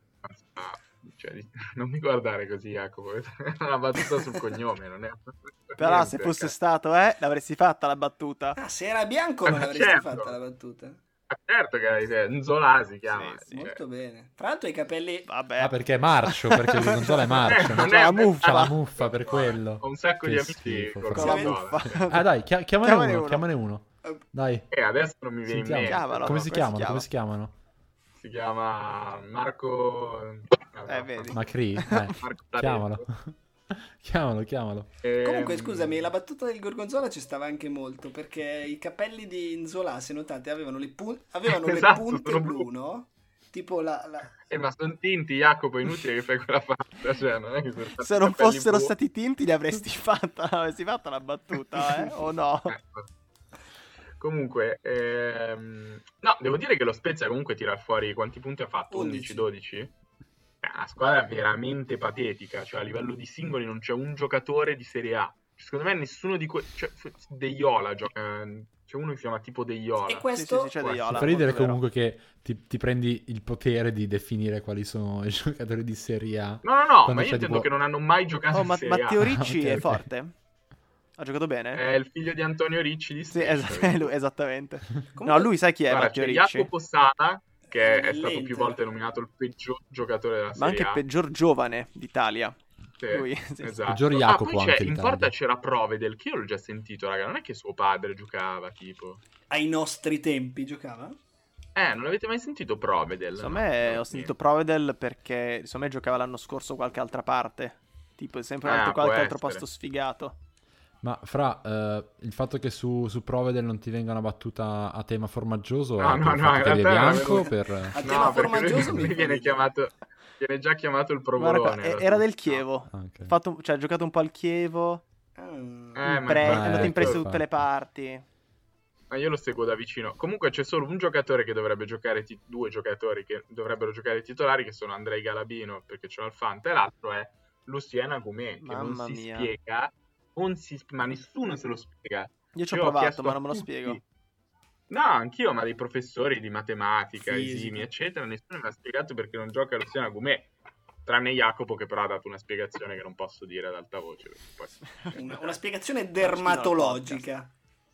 Cioè, non mi guardare così, Jacopo, è una battuta sul cognome, non è... Però niente, se fosse cazzo. stato, l'avresti fatta la battuta. Ah, se era bianco non avresti Certo. fatta la battuta. Certo che Nzola si chiama. Sì, sì. Molto bene. Fra l'altro i capelli... Vabbè. Ah, perché è marcio, perché il Gorgonzola è marcio. Non non è la c'ha muffa. la muffa per quello. Ho un sacco Che di amici schifo, con Con la Gorgonzola. muffa. Ah, dai, chiamane Chiamane uno. Dai, Adesso non mi viene in sentiamo. mente. Chiamalo. Come si Come si chiamano? chiama? Come si chiamano? Si chiama Marco... vedi. Macri, Marco chiamalo. Chiamalo. Comunque, scusami, la battuta del Gorgonzola ci stava anche molto, perché i capelli di Nzola, se notate, avevano le Esatto, punte sono blu, blu. no? Tipo la... Ma sono tinti, Jacopo, è inutile che fai quella fatta. Cioè, non è che sono stati Se non capelli fossero blu. stati tinti, li avresti fatta la battuta, o no? Comunque, no, devo dire che lo Spezia comunque tira fuori quanti punti ha fatto? 11. 11-12? È una squadra veramente patetica, cioè a livello di singoli non c'è un giocatore di Serie A. Secondo me nessuno di cioè De Iola gioca, c'è uno che si chiama tipo De Iola. E questo... Sì, c'è De Iola. Fa ridere molto vero. comunque che ti prendi il potere di definire quali sono i giocatori di Serie A. No, Quando ma io c'è intendo tipo- che non hanno mai giocato Oh, in ma Serie Matteo A. Ricci Ok, è ok. forte? Ha giocato bene? È il figlio di Antonio Ricci di Sì, Striscia. lui, esattamente. Comunque- No, lui sai chi è, Guarda, Matteo c'è Ricci? Jacopo Sala, che è stato L'Inter. più volte nominato il peggior giocatore della Ma Serie anche A. peggior giovane d'Italia. Sì, Lui, sì. esatto. Peggior Jacopo poi anche in d'Italia. porta c'era Provedel, che io l'ho già sentito, raga. Non è che suo padre giocava, tipo. Ai nostri tempi giocava? Non l'avete mai sentito Provedel? Secondo No, me no, ho sentito Provedel perché secondo me giocava l'anno scorso qualche altra parte. Tipo sempre Ah, qualche può altro essere. posto sfigato. Ma il fatto che su Provedel non ti venga una battuta a tema formaggioso No, è no, per il no, fatto in che è realtà bianco l'avevo- per... A tema No, perché formaggioso lui mi viene chiamato... Viene già chiamato il Guarda provolone. qua, da era del tutti. Chievo. Ah, ok. Cioè, ha giocato un po' al Chievo. Ah. Ma È Ah, andato in ecco, prestito da infatti. tutte le parti. Ma io lo seguo da vicino. Comunque c'è solo un giocatore che dovrebbe giocare, due giocatori che dovrebbero giocare titolari, che sono Andrei Galabino, perché c'è il Fanta, e l'altro è Lucien Agumé, che non Mamma si mia. spiega, ma nessuno se lo spiega. Io ci ho Io provato, chiesto ma a non me lo tutti. spiego. No, anch'io, ma dei professori di matematica, Fisica. esimi, eccetera, nessuno mi ha spiegato perché non gioca Lucien Agumé. Tranne Jacopo, che però ha dato una spiegazione che non posso dire ad alta voce. perché poi- Una spiegazione dermatologica.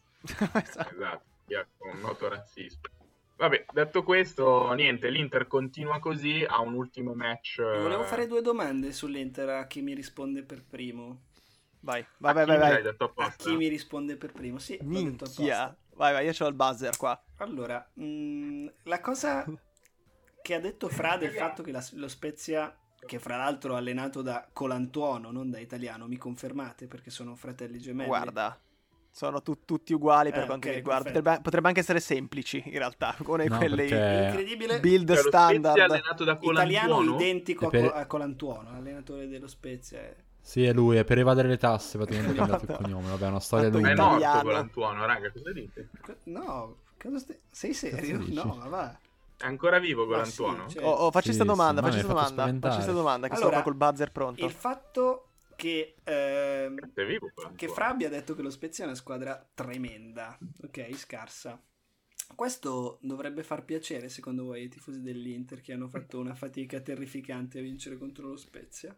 Esatto, Jacopo, un noto razzista. Vabbè, detto questo, niente, l'Inter continua così, ha un ultimo match. Volevo fare due domande sull'Inter a chi mi risponde per primo. Vai, A chi me l'hai vai. detto A apposta? chi mi risponde per primo? Sì, l'ho detto Minchia. apposta. Vai, io c'ho il buzzer qua. Allora, la cosa che ha detto Fra del fatto che lo Spezia, che fra l'altro è allenato da Colantuono, non da Italiano, mi confermate perché sono fratelli gemelli? Guarda, sono tutti uguali per quanto ok, mi riguarda. perfetto. Potrebbe anche essere semplici, in realtà, come No, quelle perché- Incredibile. build Cioè, lo Spezia è standard. allenato da Italiano Colantuono? identico E per- a Colantuono, allenatore dello Spezia. Sì, è lui, è per evadere le tasse, praticamente ha cambiato il No. cognome. Vabbè, è una storia Fatto Ma è lunga. morto Italiano. Colantuono, raga, cosa dite? No, sei serio? Cazzo dici? No, ma va. È ancora vivo Ma sì, Colantuono? cioè, Facci Sì, sta domanda, sì, facci no, sta mi hai fatto domanda. Facci sta spaventare. domanda, che Allora, sono col buzzer pronto. il fatto che È vivo Colantuono. che Fra abbia detto che lo Spezia è una squadra tremenda, ok, scarsa. Questo dovrebbe far piacere, secondo voi, ai tifosi dell'Inter che hanno fatto una fatica terrificante a vincere contro lo Spezia?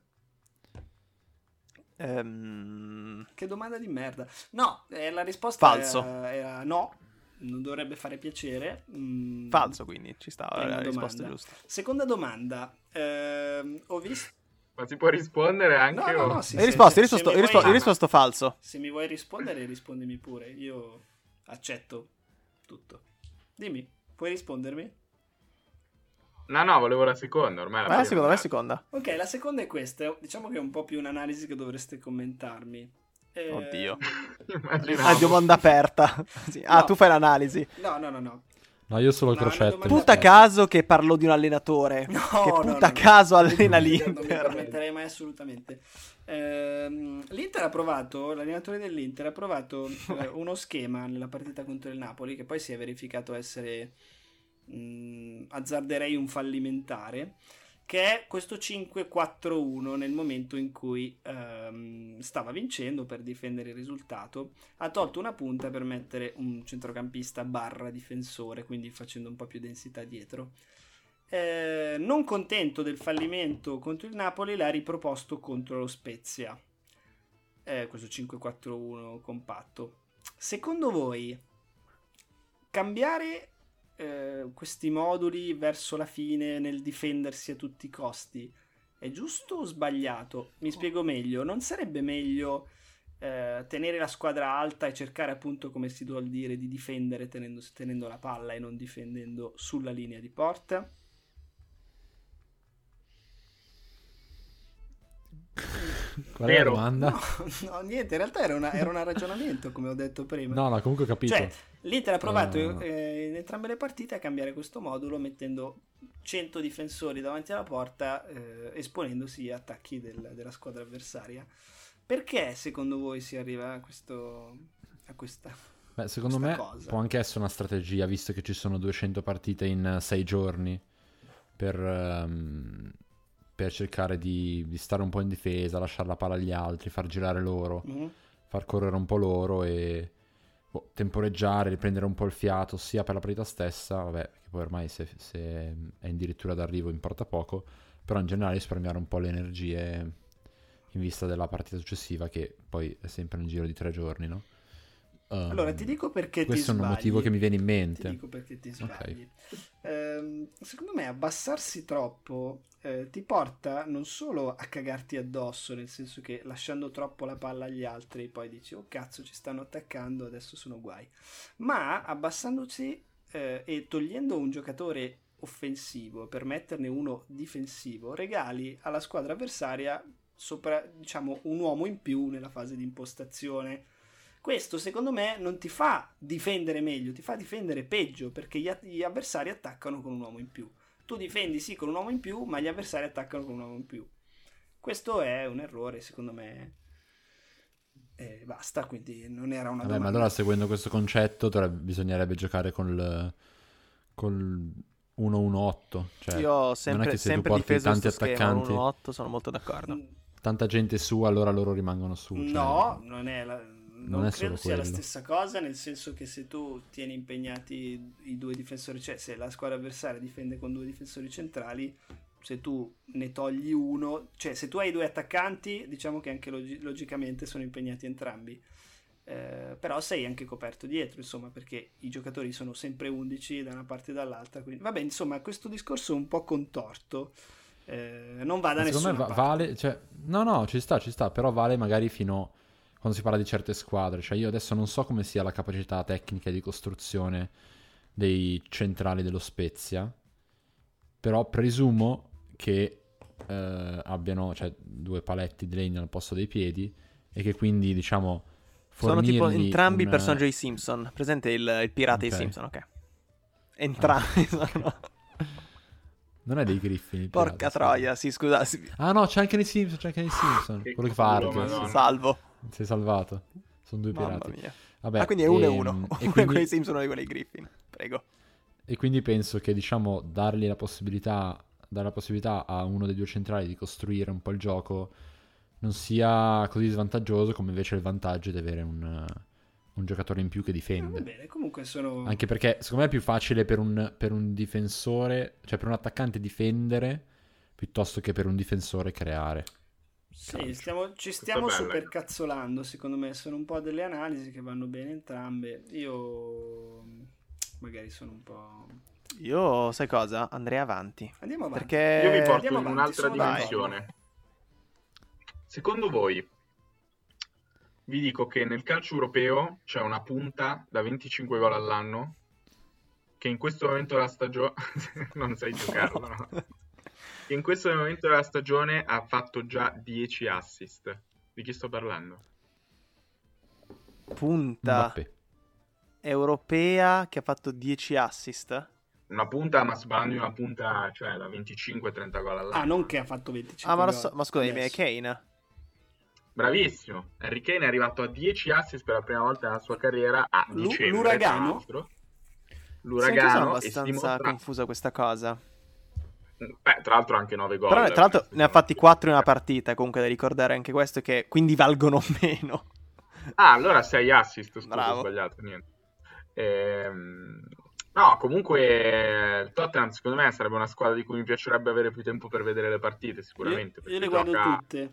Che domanda di merda. No, la risposta Falso. era no, non dovrebbe fare piacere. Falso, quindi ci sta Prima la risposta domanda. giusta. Seconda domanda. Ho visto... Ma si può rispondere anche No, o... no, sì, Hai risposto, se mi vuoi- hai risposto falso. Se mi vuoi rispondere, rispondimi pure. Io accetto tutto. Dimmi, puoi rispondermi? No, volevo la seconda, ormai la Vai la prima seconda, vai è la seconda. Ok, la seconda è questa. Diciamo che è un po' più un'analisi che dovreste commentarmi. Oddio. Immaginavo. Domanda aperta. Sì. Ah, No. tu fai l'analisi. No. No, io solo No, crocette. una Punta caso che parlo di un allenatore. No, che no, punta no, caso no. allena Non mi l'Inter. permetterei mai assolutamente. L'Inter ha provato, l'allenatore dell'Inter ha provato uno schema nella partita contro il Napoli, che poi si è verificato essere, azzarderei, un fallimentare, che è questo 5-4-1 nel momento in cui stava vincendo per difendere il risultato. Ha tolto una punta per mettere un centrocampista barra difensore, quindi facendo un po' più densità dietro. Non contento del fallimento contro il Napoli, l'ha riproposto contro lo Spezia, questo 5-4-1 compatto. Secondo voi cambiare questi moduli verso la fine nel difendersi a tutti i costi è giusto o sbagliato? Mi spiego meglio. Non sarebbe meglio tenere la squadra alta e cercare, appunto, come si vuol dire, di difendere tenendo la palla e non difendendo sulla linea di porta? Qual è la domanda? No, niente, in realtà era un ragionamento, come ho detto prima. No, comunque ho capito. Cioè, l'Inter ha provato in entrambe le partite a cambiare questo modulo, mettendo 100 difensori davanti alla porta, esponendosi a attacchi della squadra avversaria. Perché secondo voi si arriva a questa Beh, secondo me cosa? può anche essere una strategia, visto che ci sono 200 partite in 6 giorni, per cercare di stare un po' in difesa, lasciare la palla agli altri, far girare loro, far correre un po' loro e temporeggiare, riprendere un po' il fiato, sia per la partita stessa, vabbè, che poi ormai se è addirittura d'arrivo importa poco, però in generale risparmiare un po' le energie in vista della partita successiva, che poi è sempre nel giro di 3 giorni, no? Allora, ti dico perché questo ti è un sbagli. motivo che mi viene in mente. Ti dico perché ti sbagli. Ok. Secondo me abbassarsi troppo ti porta non solo a cagarti addosso, nel senso che lasciando troppo la palla agli altri poi dici oh cazzo ci stanno attaccando, adesso sono guai, ma abbassandosi e togliendo un giocatore offensivo per metterne uno difensivo, regali alla squadra avversaria diciamo un uomo in più nella fase di impostazione. Questo secondo me non ti fa difendere meglio, ti fa difendere peggio, perché gli avversari attaccano con un uomo in più. Tu difendi sì con un uomo in più, ma gli avversari attaccano con un uomo in più. Questo è un errore, secondo me. Basta, quindi non era una domanda. Ma allora seguendo questo concetto bisognerebbe giocare col 1-1-8. Cioè, Io ho non è sempre che se tu difeso porti tanti questo schema attaccanti, 1-8, sono molto d'accordo. tanta gente su, allora loro rimangono su. No, non è non è credo solo sia la quello. stessa cosa, nel senso che se tu tieni impegnati i due difensori, cioè se la squadra avversaria difende con 2 difensori centrali, se tu ne togli uno, cioè se tu hai 2 attaccanti, diciamo che anche logicamente sono impegnati entrambi, però sei anche coperto dietro, insomma, perché i giocatori sono sempre 11 da una parte e dall'altra, quindi vabbè, insomma, questo discorso è un po' contorto, non va da nessuna Secondo me parte. vale, cioè, no, ci sta, però vale magari fino quando si parla di certe squadre. Cioè io adesso non so come sia la capacità tecnica di costruzione dei centrali dello Spezia, però presumo che abbiano, cioè, 2 paletti di legno al posto dei piedi e che quindi, diciamo, Sono tipo entrambi il un personaggio dei Simpson. Presente il pirata dei Ok. Simpson, ok. Entrambi sono... Non è dei Griffin il Porca pirata, troia, sì, scusa. Ah no, c'è anche nei Simpson, Che quello che fa culo, Arthur. Madonna. Salvo. Si è salvato. Sono 2 Mamma pirati. mia. Vabbè, Quindi è 1-1. e Uno è quindi- quelli Simpson, uno è quelli Griffin. Prego. E quindi penso che, diciamo, dare la possibilità a uno dei 2 centrali di costruire un po' il gioco non sia così svantaggioso come invece il vantaggio di avere un giocatore in più che Va difende. bene, comunque sono... Anche perché secondo me è più facile per un difensore, cioè per un attaccante difendere piuttosto che per un difensore creare. Sì, ci Questa stiamo è bella. supercazzolando, secondo me sono un po' delle analisi che vanno bene entrambe. Io magari sono un po'... Io, sai cosa? Andrei avanti. Andiamo avanti. Perché... Io vi porto andiamo in avanti, un'altra sono d'accordo. dimensione. Secondo voi, vi dico che nel calcio europeo c'è una punta da 25 gol all'anno che in questo momento della stagione non sai giocarlo, no? Che in questo momento della stagione ha fatto già 10 assist. Di chi sto parlando? Punta. Mbappé. europea che ha fatto 10 assist. Una punta a Masbandi, una punta, cioè da 25-30 gol all'anno. non che ha fatto 25 Ah, ma, gol. ma scusami, è Adesso. Kane? Bravissimo. Harry Kane è arrivato a 10 assist per la prima volta nella sua carriera a dicembre. L'Uragano? Tra l'altro. Sì, L'Uragano. sono e si abbastanza dimostra... confusa questa cosa. Beh, tra l'altro anche 9 gol. Però, tra l'altro, ne ha fatti 4 in una partita. Comunque, da ricordare anche questo, che quindi valgono meno. Ah, allora 6 assist. Scusa, Bravo. ho sbagliato. Niente. No, comunque il Tottenham secondo me sarebbe una squadra di cui mi piacerebbe avere più tempo per vedere le partite, sicuramente. Io le guardo tutte.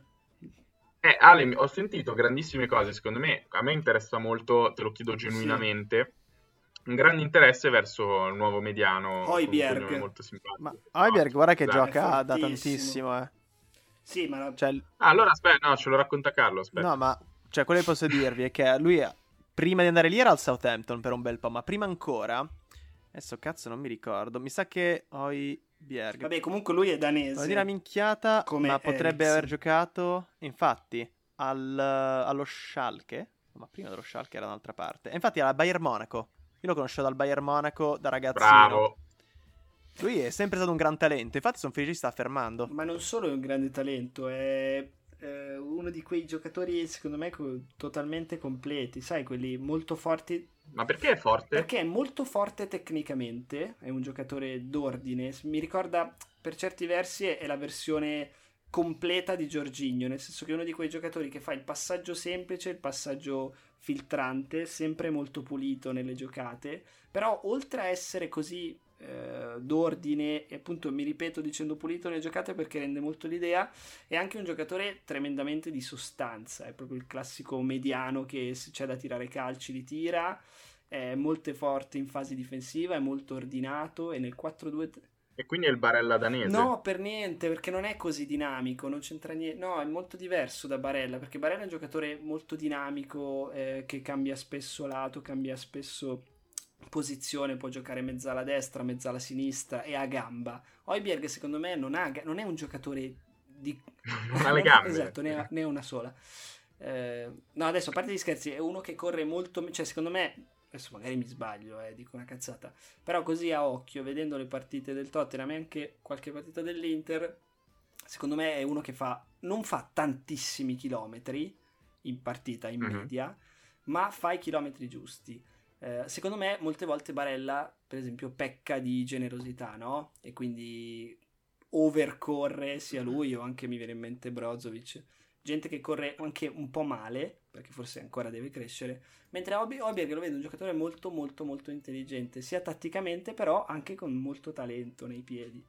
Ale, ho sentito grandissime cose, secondo me, a me interessa molto, te lo chiedo genuinamente, un grande interesse verso il nuovo mediano, Højbjerg. comunque molto simpatico. Ma Højbjerg, guarda che Esatto. gioca da fortissimo. tantissimo, Sì, ma Cioè, Ah, allora aspetta, no, ce lo racconta Carlo, aspetta. no, ma cioè, quello che posso dirvi è che lui, prima di andare lì, era al Southampton per un bel po', ma prima ancora, adesso cazzo non mi ricordo, mi sa che Højbjerg, vabbè, comunque lui è devo danese. dire una minchiata, Come ma potrebbe Eriksen. aver giocato, infatti, allo Schalke, ma prima dello Schalke era un'altra parte, e infatti era al Bayern Monaco. Io lo conoscevo dal Bayern Monaco da ragazzino. Bravo. Lui è sempre stato un gran talento, infatti sono felice che sta affermando. Ma non solo è un grande talento, è uno di quei giocatori, secondo me, totalmente completi. Sai, quelli molto forti. Ma perché è forte? Perché è molto forte tecnicamente, è un giocatore d'ordine. Mi ricorda, per certi versi, è la versione completa di Jorginho, nel senso che è uno di quei giocatori che fa il passaggio semplice, il passaggio filtrante, sempre molto pulito nelle giocate, però oltre a essere così d'ordine, e appunto mi ripeto dicendo pulito nelle giocate perché rende molto l'idea, è anche un giocatore tremendamente di sostanza, è proprio il classico mediano che se c'è da tirare calci li tira, è molto forte in fase difensiva, è molto ordinato e nel 4-2... E quindi è il Barella danese? No, per niente, perché non è così dinamico, non c'entra niente. No, è molto diverso da Barella, perché Barella è un giocatore molto dinamico, che cambia spesso lato, cambia spesso posizione, può giocare mezzala a destra, mezzala a sinistra e a gamba. Højbjerg secondo me non è un giocatore di... Non ha le gambe. Esatto, ne ha una sola. No, adesso a parte gli scherzi, è uno che corre molto, cioè secondo me... Adesso magari mi sbaglio, dico una cazzata. Però così a occhio, vedendo le partite del Tottenham e anche qualche partita dell'Inter, secondo me è uno che non fa tantissimi chilometri in partita, in media, ma fa i chilometri giusti. Secondo me molte volte Barella, per esempio, pecca di generosità, no? E quindi overcorre sia lui o anche mi viene in mente Brozovic. Gente che corre anche un po' male, perché forse ancora deve crescere, mentre Højbjerg lo vedo un giocatore molto molto molto intelligente, sia tatticamente però anche con molto talento nei piedi.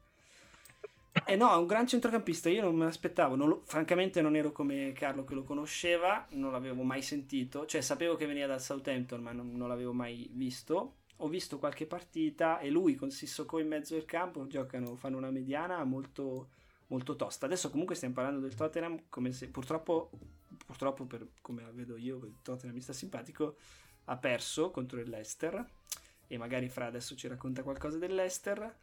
No, è un gran centrocampista, io non me l'aspettavo, francamente non ero come Carlo che lo conosceva, non l'avevo mai sentito, cioè sapevo che veniva dal Southampton ma non l'avevo mai visto. Ho visto qualche partita e lui con Sissoko in mezzo al campo fanno una mediana molto molto tosta. Adesso comunque stiamo parlando del Tottenham come se purtroppo per come la vedo io, il Tottenham mi sta simpatico, ha perso contro il Leicester e magari Fra adesso ci racconta qualcosa del Leicester.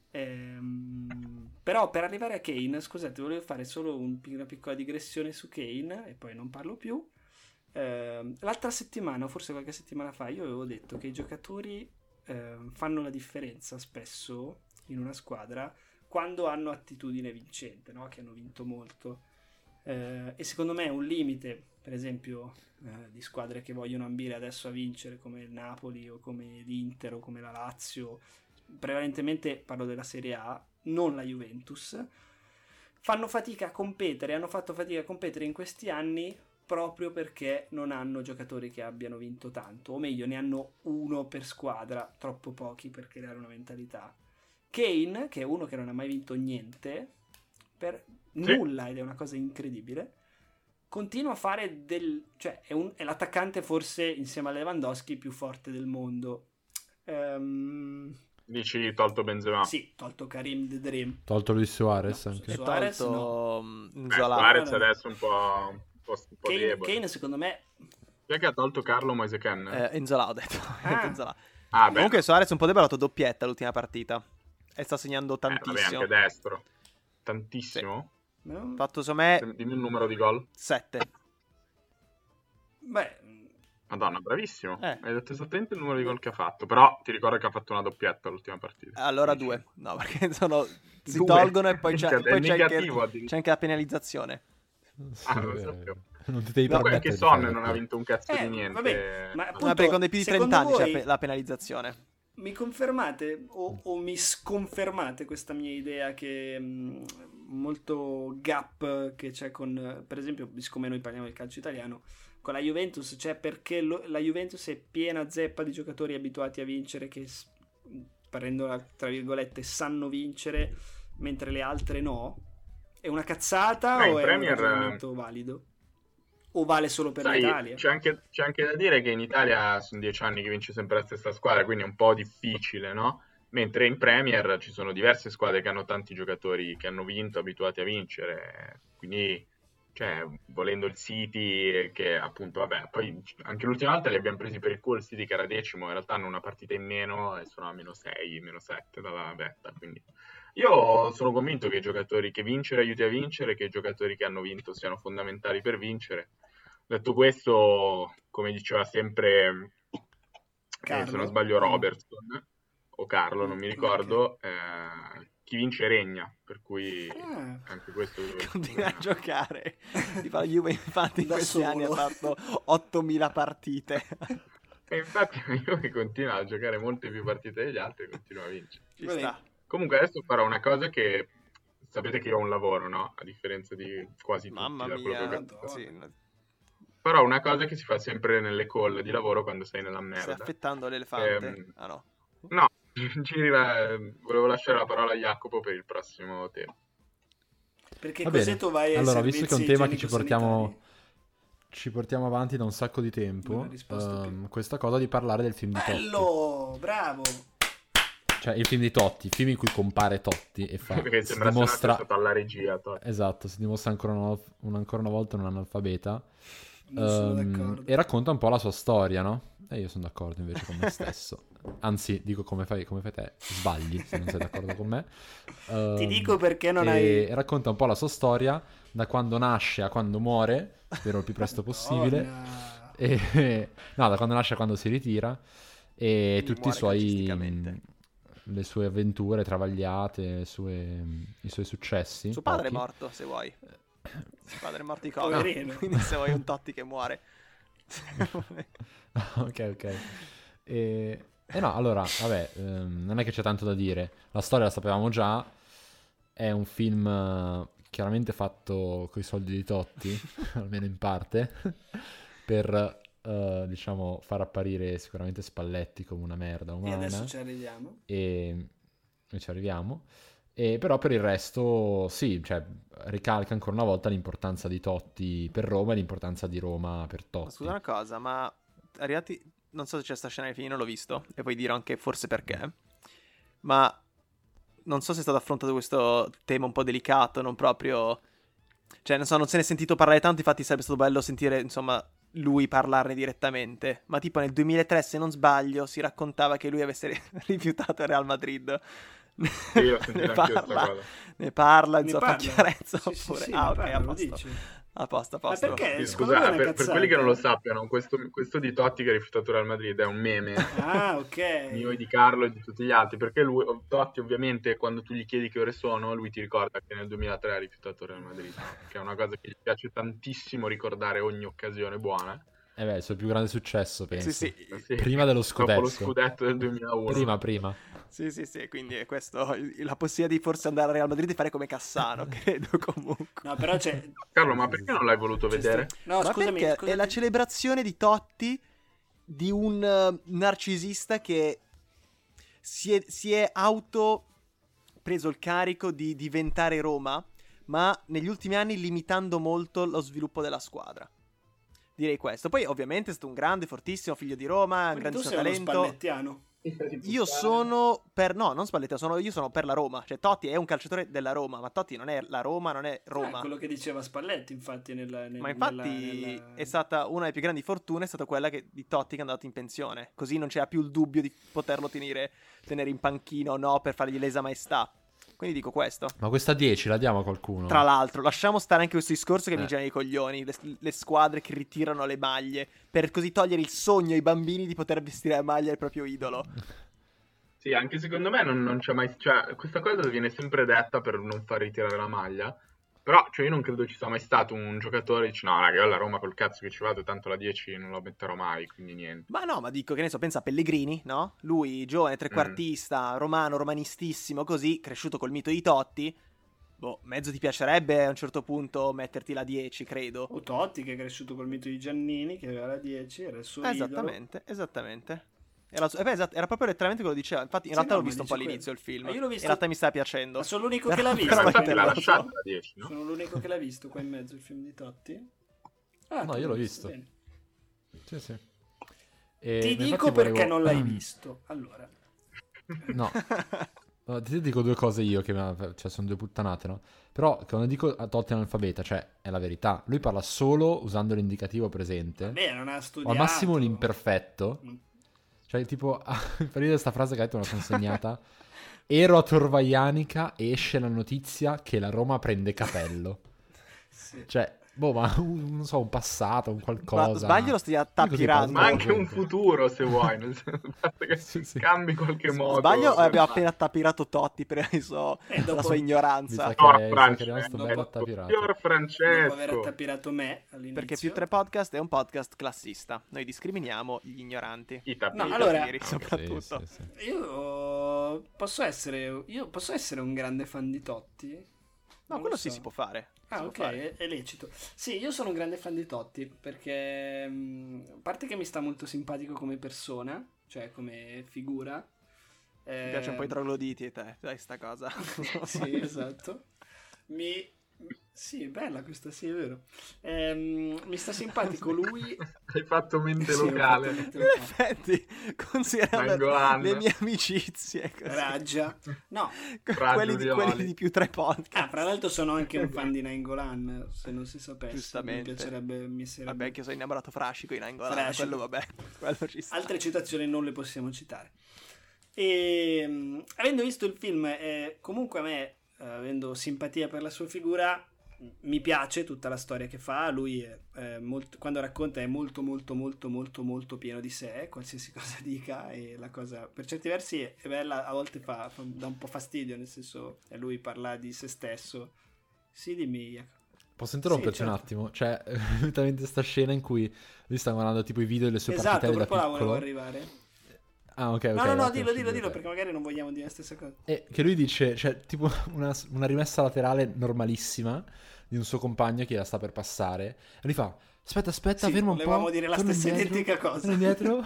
Però per arrivare a Kane, scusate, volevo fare solo una piccola digressione su Kane e poi non parlo più. L'altra settimana, forse qualche settimana fa, io avevo detto che i giocatori fanno la differenza spesso in una squadra quando hanno attitudine vincente, no? Che hanno vinto molto, e secondo me è un limite, per esempio, di squadre che vogliono ambire adesso a vincere come il Napoli o come l'Inter o come la Lazio, prevalentemente parlo della Serie A, non la Juventus, fanno fatica a competere, hanno fatto fatica a competere in questi anni proprio perché non hanno giocatori che abbiano vinto tanto, o meglio ne hanno uno per squadra, troppo pochi per creare una mentalità. Kane, che è uno che non ha mai vinto niente, per nulla, ed è una cosa incredibile, continua a fare cioè è l'attaccante forse insieme a Lewandowski più forte del mondo. Dici tolto Benzema? Sì, tolto Karim The Dream. Tolto Luis Suarez No, anche. E Suarez, tolto no. Zola. Suarez adesso un po' debole. Kane secondo me... Chi è che ha tolto Carlo Moiseken? Enzola ho detto. Ah. Enzola. Ah, beh, Comunque Suarez un po' debole, ha fatto doppietta l'ultima partita e sta segnando vabbè, tantissimo. anche destro. Tantissimo? Ha fatto secondo me Dimmi il numero di gol. 7. Beh, Madonna, bravissimo. Eh. Hai detto esattamente il numero di gol che ha fatto. Però ti ricordo che ha fatto una doppietta l'ultima partita. Allora Dici? 2. No, perché si Due. tolgono e poi Minchia, c'è, è poi negativo c'è addirittura. anche la penalizzazione. Sì, Ah, non lo vero, sapevo. vero. Non ti devi No, Poi permettere anche di Son fare non ha doppie. vinto un cazzo di niente. vabbè, ma No, appunto, perché con dei più di 30 secondo anni c'è voi- la penalizzazione. Mi confermate o mi sconfermate questa mia idea che molto gap che c'è con, per esempio, siccome noi parliamo del calcio italiano, con la Juventus, cioè perché la Juventus è piena zeppa di giocatori abituati a vincere che, prendendola tra virgolette, sanno vincere, mentre le altre no? È una cazzata In o è Premier, un ragionamento valido? O vale solo per sai, l'Italia? c'è anche da dire che in Italia sono 10 anni che vince sempre la stessa squadra, quindi è un po' difficile, no? Mentre in Premier ci sono diverse squadre che hanno tanti giocatori che hanno vinto, abituati a vincere. Quindi, cioè, volendo il City, che appunto, vabbè, poi anche l'ultima volta li abbiamo presi per il culo, il City che era decimo, in realtà hanno una partita in meno e sono a meno 6, meno 7 dalla vetta, quindi... Io sono convinto che i giocatori che vincere aiuti a vincere, che i giocatori che hanno vinto siano fondamentali per vincere. Detto questo, come diceva sempre, se non Carlo? sbaglio, Robertson o Carlo, non mi Ok. ricordo, chi vince regna, per cui Ah. anche questo... Continua a giocare. Tipo, la Juve infatti in Da questi anni ha solo. fatto 8.000 partite. E infatti la Juve continua a giocare molte più partite degli altri e continua a vincere. Ci Vabbè. sta. Comunque adesso farò una cosa che... Sapete che io ho un lavoro, no? A differenza di quasi tutti, Mamma da quello che ho mia. capito. Sì, Farò una cosa che si fa sempre nelle call di lavoro quando sei nella stai merda. affettando l'elefante. Ah no. No, volevo lasciare la parola a Jacopo per il prossimo tema. Perché Va così bene. tu vai ai Allora, visto che è un servizi tema che igienico-sanitari. ci portiamo avanti da un sacco di Non tempo, ha risposto più. questa cosa di parlare del film di Totti. Bello, bravo. Cioè, il film di Totti, il film in cui compare Totti e fa... Perché si sembra dimostra... stato alla regia. Esatto, si dimostra ancora una volta un analfabeta. Non sono d'accordo. E racconta un po' la sua storia, no? E io sono d'accordo invece con me stesso. Anzi, dico come fai te, sbagli se non sei d'accordo con me. Ti dico perché non e hai... racconta un po' la sua storia da quando nasce a quando muore, spero il più presto possibile. Madonna. No, da quando nasce a quando si ritira. E Quindi tutti i muore suoi... calcisticamente. le sue avventure travagliate, i suoi successi. Suo padre è pochi. morto, se vuoi. Suo padre è morto di Covid. Poverino. Quindi se vuoi un Totti che muore. Ok. E no, allora, vabbè, non è che c'è tanto da dire. La storia la sapevamo già. È un film chiaramente fatto coi soldi di Totti, almeno in parte, per, diciamo, far apparire sicuramente Spalletti come una merda E umana. adesso ci arriviamo. E ci arriviamo. E però per il resto, sì, cioè, ricalca ancora una volta l'importanza di Totti per Roma e l'importanza di Roma per Ma Totti. scusa una cosa, ma arrivati... Non so se c'è sta scena ai fini, non l'ho visto. E poi dirò anche forse perché. Ma non so se è stato affrontato questo tema un po' delicato, non proprio... Cioè, non so, non se ne è sentito parlare tanto, infatti sarebbe stato bello sentire, insomma, lui parlarne direttamente. Ma tipo nel 2003, se non sbaglio, si raccontava che lui avesse rifiutato il Real Madrid. Sì, l'ho sentita anch'io sta cosa. Ne parla, Ne insomma, fa parla? chiarezza Sì, sì, oppure... sì, ah, ne ok, parla, a lo posto. dice. A posto. Ma perché? Sì, Secondo me è scusa, una per cazzata. quelli che non lo sappiano, questo di Totti che ha rifiutato il Real Madrid è un meme Ah, ok. mio e di Carlo e di tutti gli altri, perché lui, Totti ovviamente quando tu gli chiedi che ore sono, lui ti ricorda che nel 2003 ha rifiutato il Real Madrid, che è una cosa che gli piace tantissimo ricordare ogni occasione buona. Beh, il suo più grande successo, penso. Sì. Sì, Prima dello dopo lo scudetto. scudetto del 2001. Prima. Sì, quindi è questo, la possibilità di forse andare al Real Madrid e fare come Cassano, credo comunque. No, però c'è... Carlo, ma perché non l'hai voluto vedere? No, Ma scusami, perché è la celebrazione di Totti di un narcisista che si è auto preso il carico di diventare Roma, ma negli ultimi anni limitando molto lo sviluppo della squadra. Direi questo. Poi ovviamente è stato un grande, fortissimo figlio di Roma, un Quindi tu grandissimo sei uno talento. spallettiano. Io sono per... No, non Spalletti, io sono per la Roma. Cioè Totti è un calciatore della Roma, ma Totti non è la Roma, non è Roma. Quello che diceva Spalletti, infatti, Ma infatti è stata una delle più grandi fortune, è stata quella di Totti che è andato in pensione. Così non c'era più il dubbio di poterlo tenere in panchino o no per fargli lesa maestà. Quindi dico questo. Ma questa 10 la diamo a qualcuno? Tra l'altro, lasciamo stare anche questo discorso che mi gira i coglioni. Le squadre che ritirano le maglie per così togliere il sogno ai bambini di poter vestire la maglia del proprio idolo. Sì, anche secondo me non c'è mai... Cioè, questa cosa viene sempre detta per non far ritirare la maglia. Però, cioè, io non credo ci sia mai stato un giocatore che dice no, raga, io alla Roma col cazzo che ci vado, tanto la 10 non la metterò mai, quindi niente. Ma no, ma dico, che ne so, pensa a Pellegrini, no? Lui, giovane, trequartista, romano, romanistissimo, così, cresciuto col mito di Totti. Boh, mezzo ti piacerebbe a un certo punto metterti la 10, credo. O Totti, che è cresciuto col mito di Giannini, che aveva la 10, era il suo idolo. Esattamente. Era proprio letteralmente quello che diceva. Infatti, in realtà l'ho visto un po' all'inizio il film. Io l'ho visto... In realtà mi sta piacendo. Ma sono l'unico che l'ha visto. Però Infatti l'ha lasciata la 10, no? Sono l'unico che l'ha visto qua in mezzo il film di Totti. No, io l'ho visto. Bene. Sì. Ti dico perché non l'hai visto. Allora. No. Ti dico due cose io, cioè sono due puttanate, no? Però quando dico a Totti analfabeta, cioè è la verità. Lui parla solo usando l'indicativo presente. Beh, non ha O studiato. al massimo l'imperfetto. Cioè, tipo, per dire questa frase che ha detto una consegnata. Ero a Torvaianica e esce la notizia che la Roma prende Capello. Sì. Cioè, boh, ma non so, un passato, un qualcosa. Ma sbaglio, lo stai tappirando. Ma anche un futuro, se vuoi. Nel senso, basta che Sì. cambi qualche modo. Sbaglio, abbiamo appena tappirato Totti per la sua dopo... ignoranza. Signor Dopo Francesco. aver attapirato me all'inizio. Perché Più 3 Podcast è un podcast classista. Noi discriminiamo gli ignoranti. No, allora, tapiri, soprattutto. Sì. Io posso essere un grande fan di Totti? No, quello sì si può fare. Ah, ok, è lecito. Sì, io sono un grande fan di Totti perché a parte che mi sta molto simpatico come persona, cioè come figura. Mi piace un po' i trogloditi e te, dai sta cosa. Sì, esatto. Sì, bella questa, sì, è vero. Mi sta simpatico lui. Hai fatto mente Sì, locale. In effetti, considerando le mie amicizie così. Raggia. No, quelli di Più 3 Podcast. fra l'altro sono anche un fan di Nainggolan, se non si sapesse. Giustamente. Mi piacerebbe. Vabbè, che sono innamorato frascico in Nainggolan. Frascico. Quello vabbè, quello ci sta. Altre citazioni non le possiamo citare. E avendo visto il film, comunque a me, avendo simpatia per la sua figura, mi piace tutta la storia che fa. Lui quando racconta è molto pieno di sé, qualsiasi cosa dica, e la cosa per certi versi è bella, a volte dà un po' fastidio, nel senso lui parla di se stesso. Sì, dimmi, Jacopo. Posso interromperci un attimo? Cioè, evidentemente sta scena in cui lui sta guardando tipo i video delle sue partite da piccolo. Volevo arrivare. Ah, ok. No, dillo, perché magari non vogliamo dire la stessa cosa. E che lui dice, cioè, tipo una rimessa laterale normalissima di un suo compagno che la sta per passare. E lui fa, aspetta, Sì, ferma un po'. Volevamo dire la stessa indietro, identica cosa. torna indietro.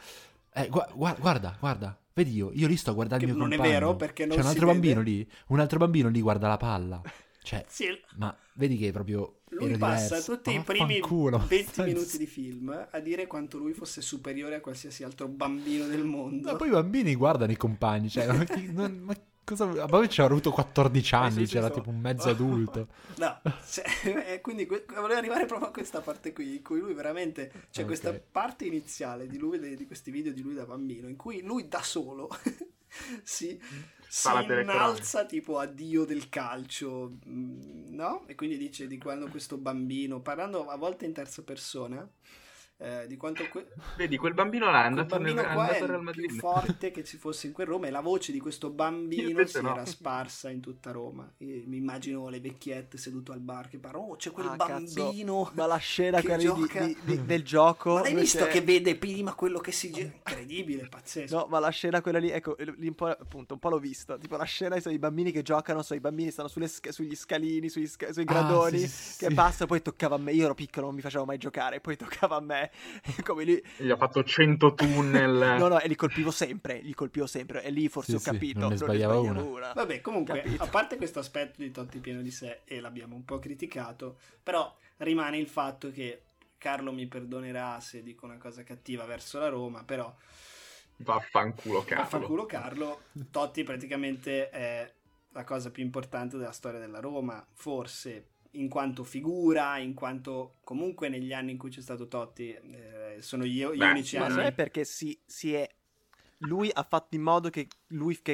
Guarda, vedi io lì sto guardando il mio non compagno. È vero, perché non c'è un altro bambino lì guarda la palla. Cioè, sì. ma vedi che proprio lui passa diverso. tutti i primi 20 minuti di film a dire quanto lui fosse superiore a qualsiasi altro bambino del mondo. Ma poi i bambini guardano i compagni, cioè, ma cosa... Ma poi ci aveva avuto 14 anni, c'era tipo un mezzo adulto. No, quindi volevo arrivare proprio a questa parte qui, in cui lui veramente, cioè questa parte iniziale di lui, di questi video di lui da bambino, in cui lui da solo si innalza tipo a dio del calcio, no? E quindi dice di quando questo bambino, parlando a volte in terza persona, di quanto vedi, quel bambino là è andato al Real Madrid, più forte che ci fosse in quel Roma, e la voce di questo bambino si era sparsa in tutta Roma. Io mi immagino le vecchiette sedute al bar che parlano, c'è quel bambino, cazzo. Ma la scena che gioca del gioco, ma l'hai visto che vede prima quello che si gira, incredibile, pazzesco. No, ma la scena quella lì, ecco, lì un po', appunto, un po' l'ho vista, tipo la scena sono i bambini che giocano, i bambini stanno sugli scalini, sui gradoni, che passano, poi toccava a me, io ero piccolo, non mi facevo mai giocare, poi toccava a me. Come lì gli ha fatto 100 tunnel. no, e li colpivo sempre, e lì forse ho capito, non ne sbagliava una. Vabbè, comunque, a parte questo aspetto di Totti pieno di sé, e l'abbiamo un po' criticato, però rimane il fatto che Carlo mi perdonerà se dico una cosa cattiva verso la Roma, però vaffanculo Carlo. Totti praticamente è la cosa più importante della storia della Roma, forse, in quanto figura, in quanto comunque negli anni in cui c'è stato Totti sono gli unici ma anni. non è perché lui ha fatto in modo che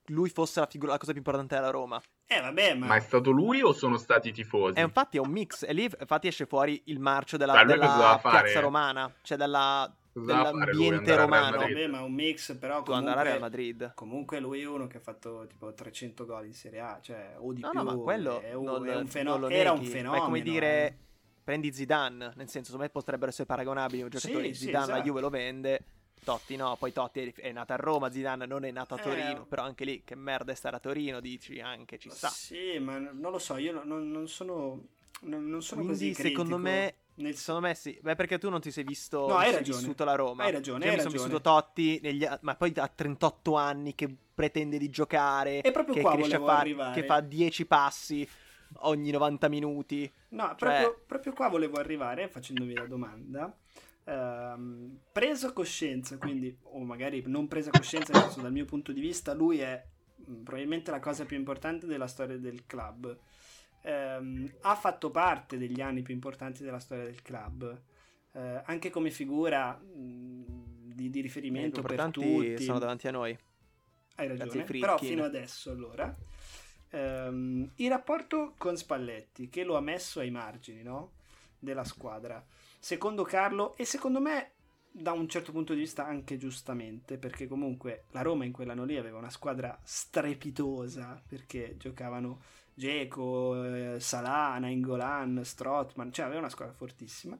lui fosse la cosa più importante della Roma. Vabbè, Ma è stato lui o sono stati i tifosi? Infatti è un mix, e lì infatti esce fuori il marcio Lui della cosa fare? piazza romana, cioè Cosa dell'ambiente fare lui? Andare a Real romano. Madrid? vabbè, ma un mix, però Tu andare a Real Madrid. comunque lui è uno che ha fatto tipo 300 gol in Serie A, cioè o di No, più. no, ma quello è non un lo era un neghi. fenomeno. Ma è come dire, prendi Zidane, nel senso, secondo me potrebbero essere paragonabili. Un giocatore Sì, Zidane la esatto. Juve lo vende, Totti no, poi Totti è nato a Roma, Zidane non è nato a Torino, però anche lì che merda è stare a Torino, dici anche, ci sta. Sì, ma non lo so, io non sono così Quindi critico. secondo me sì. Beh, perché tu non ti sei visto, No, hai sei ragione. vissuto la Roma. Hai ragione, Io hai mi sono ragione. vissuto Totti, ma poi ha 38 anni che pretende di giocare, E proprio che qua riesce volevo arrivare. che fa 10 passi ogni 90 minuti. No, Cioè- proprio qua volevo arrivare facendovi la domanda. Preso coscienza, quindi, o magari non presa coscienza, nel senso, dal mio punto di vista, lui è probabilmente la cosa più importante della storia del club. Ha fatto parte degli anni più importanti della storia del club, anche come figura di riferimento per Importanti tutti. sono davanti a noi. Hai Cazzi ragione, Friedkin. però fino adesso allora il rapporto con Spalletti, che lo ha messo ai margini, no? Della squadra, secondo Carlo, e secondo me da un certo punto di vista anche giustamente, perché comunque la Roma in quell'anno lì aveva una squadra strepitosa, perché giocavano Dzeko, Salah, Nainggolan, Strootman, cioè aveva una squadra fortissima.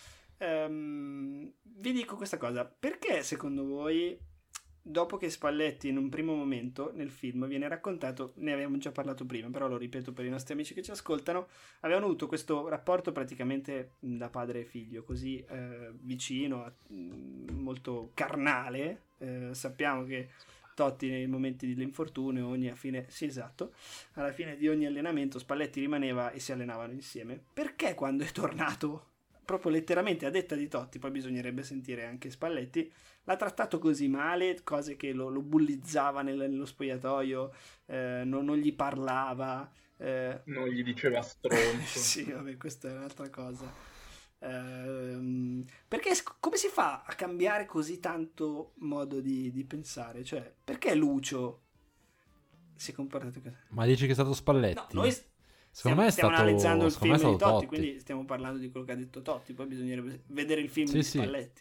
Vi dico questa cosa, perché secondo voi, dopo che Spalletti in un primo momento nel film viene raccontato, ne avevamo già parlato prima, però lo ripeto per i nostri amici che ci ascoltano, avevano avuto questo rapporto praticamente da padre e figlio, così vicino, molto carnale. Sappiamo che Totti nei momenti dell'infortunio, alla fine di ogni allenamento Spalletti rimaneva e si allenavano insieme. Perché quando è tornato, proprio letteralmente a detta di Totti, poi bisognerebbe sentire anche Spalletti, l'ha trattato così male, cose che lo bullizzava nello spogliatoio, non gli parlava, Non gli diceva stronzo. sì, vabbè, questa è un'altra cosa. Perché come si fa a cambiare così tanto modo di pensare? Cioè, perché Lucio si è comportato così? Ma dici che è stato Spalletti? No, noi Secondo me è stiamo stato, analizzando il secondo film me è di stato Totti, Totti. quindi stiamo parlando di quello che ha detto Totti, poi bisognerebbe vedere il film Sì, di sì. Spalletti.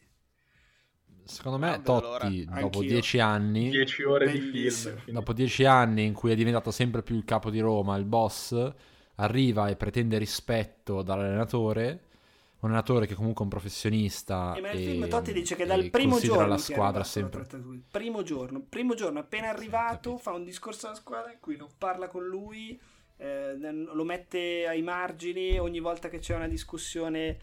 Secondo me Vabbè, Totti, allora, dopo anch'io. 10 anni, 10 ore Bellissimo. di film. dopo 10 anni in cui è diventato sempre più il capo di Roma, il boss, arriva e pretende rispetto dall'allenatore, un allenatore che comunque è un professionista Ma nel film Totti dice che e dal primo considera giorno la che è squadra arrivato sempre. l'ha trattato così. Primo giorno appena arrivato capito. fa un discorso alla squadra in cui non parla con lui, lo mette ai margini, ogni volta che c'è una discussione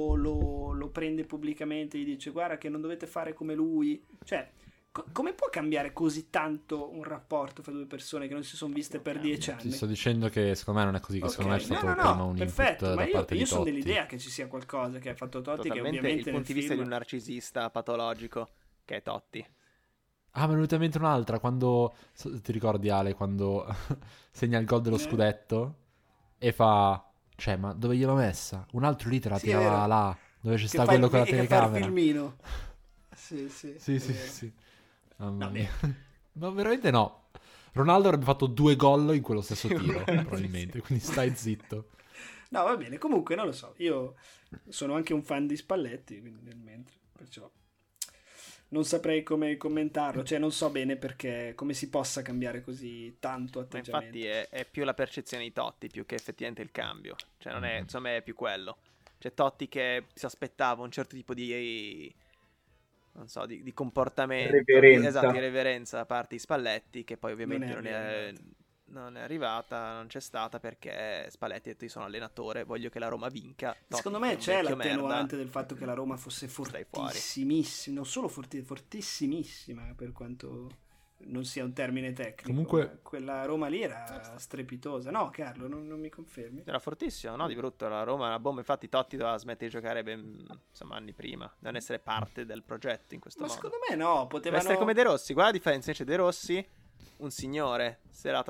lo prende pubblicamente, gli dice guarda che non dovete fare come lui, cioè come può cambiare così tanto un rapporto fra due persone che non si sono viste per 10 anni? Ti sto dicendo che secondo me non è così, che Ok, secondo me è stato no, prima un perfetto, input ma da parte io di sono Totti. dell'idea che ci sia qualcosa che ha fatto Totti, che Totalmente ovviamente il punto di nel vista di film... un narcisista patologico, che è Totti. Ah, mi è venuta in mente un'altra, quando... Ti ricordi Ale, quando segna il gol dello scudetto e fa... Cioè, ma dove gliel'ho messa? Un altro lì te la Sì, è tirava vero. là, dove c'è che sta fa quello il- con la che fa il telecamera. filmino. Sì. Sì. Mamma mia. No, veramente no. Ronaldo avrebbe fatto 2 gol in quello stesso tiro, probabilmente, quindi stai zitto. No, va bene, comunque non lo so, io sono anche un fan di Spalletti, quindi nel mentre, perciò non saprei come commentarlo, cioè non so bene perché, come si possa cambiare così tanto Ma atteggiamento. infatti è più la percezione di Totti più che effettivamente il cambio. Cioè non è, insomma, è più quello. C'è Totti che si aspettava un certo tipo di non so, di comportamento, Reverenza. esatto, di reverenza da parte di Spalletti, che poi ovviamente Non è non è arrivata, non c'è stata, perché Spalletti ha detto io sono allenatore, voglio che la Roma vinca. Totti, Secondo che è me un c'è vecchio l'attenuante merda. del fatto che la Roma fosse Stai fuori. fortissimissima, non solo fortissimissima, per quanto non sia un termine tecnico. Comunque- ma quella Roma lì era strepitosa. No, Carlo, non mi confermi? Era fortissimo, no? Di brutto la Roma è una bomba. Infatti Totti doveva smettere di giocare insomma, anni prima, non essere parte del progetto in questo Ma modo. secondo me no, Deve potevano... essere come De Rossi. Guarda la differenza, invece De Rossi, un signore,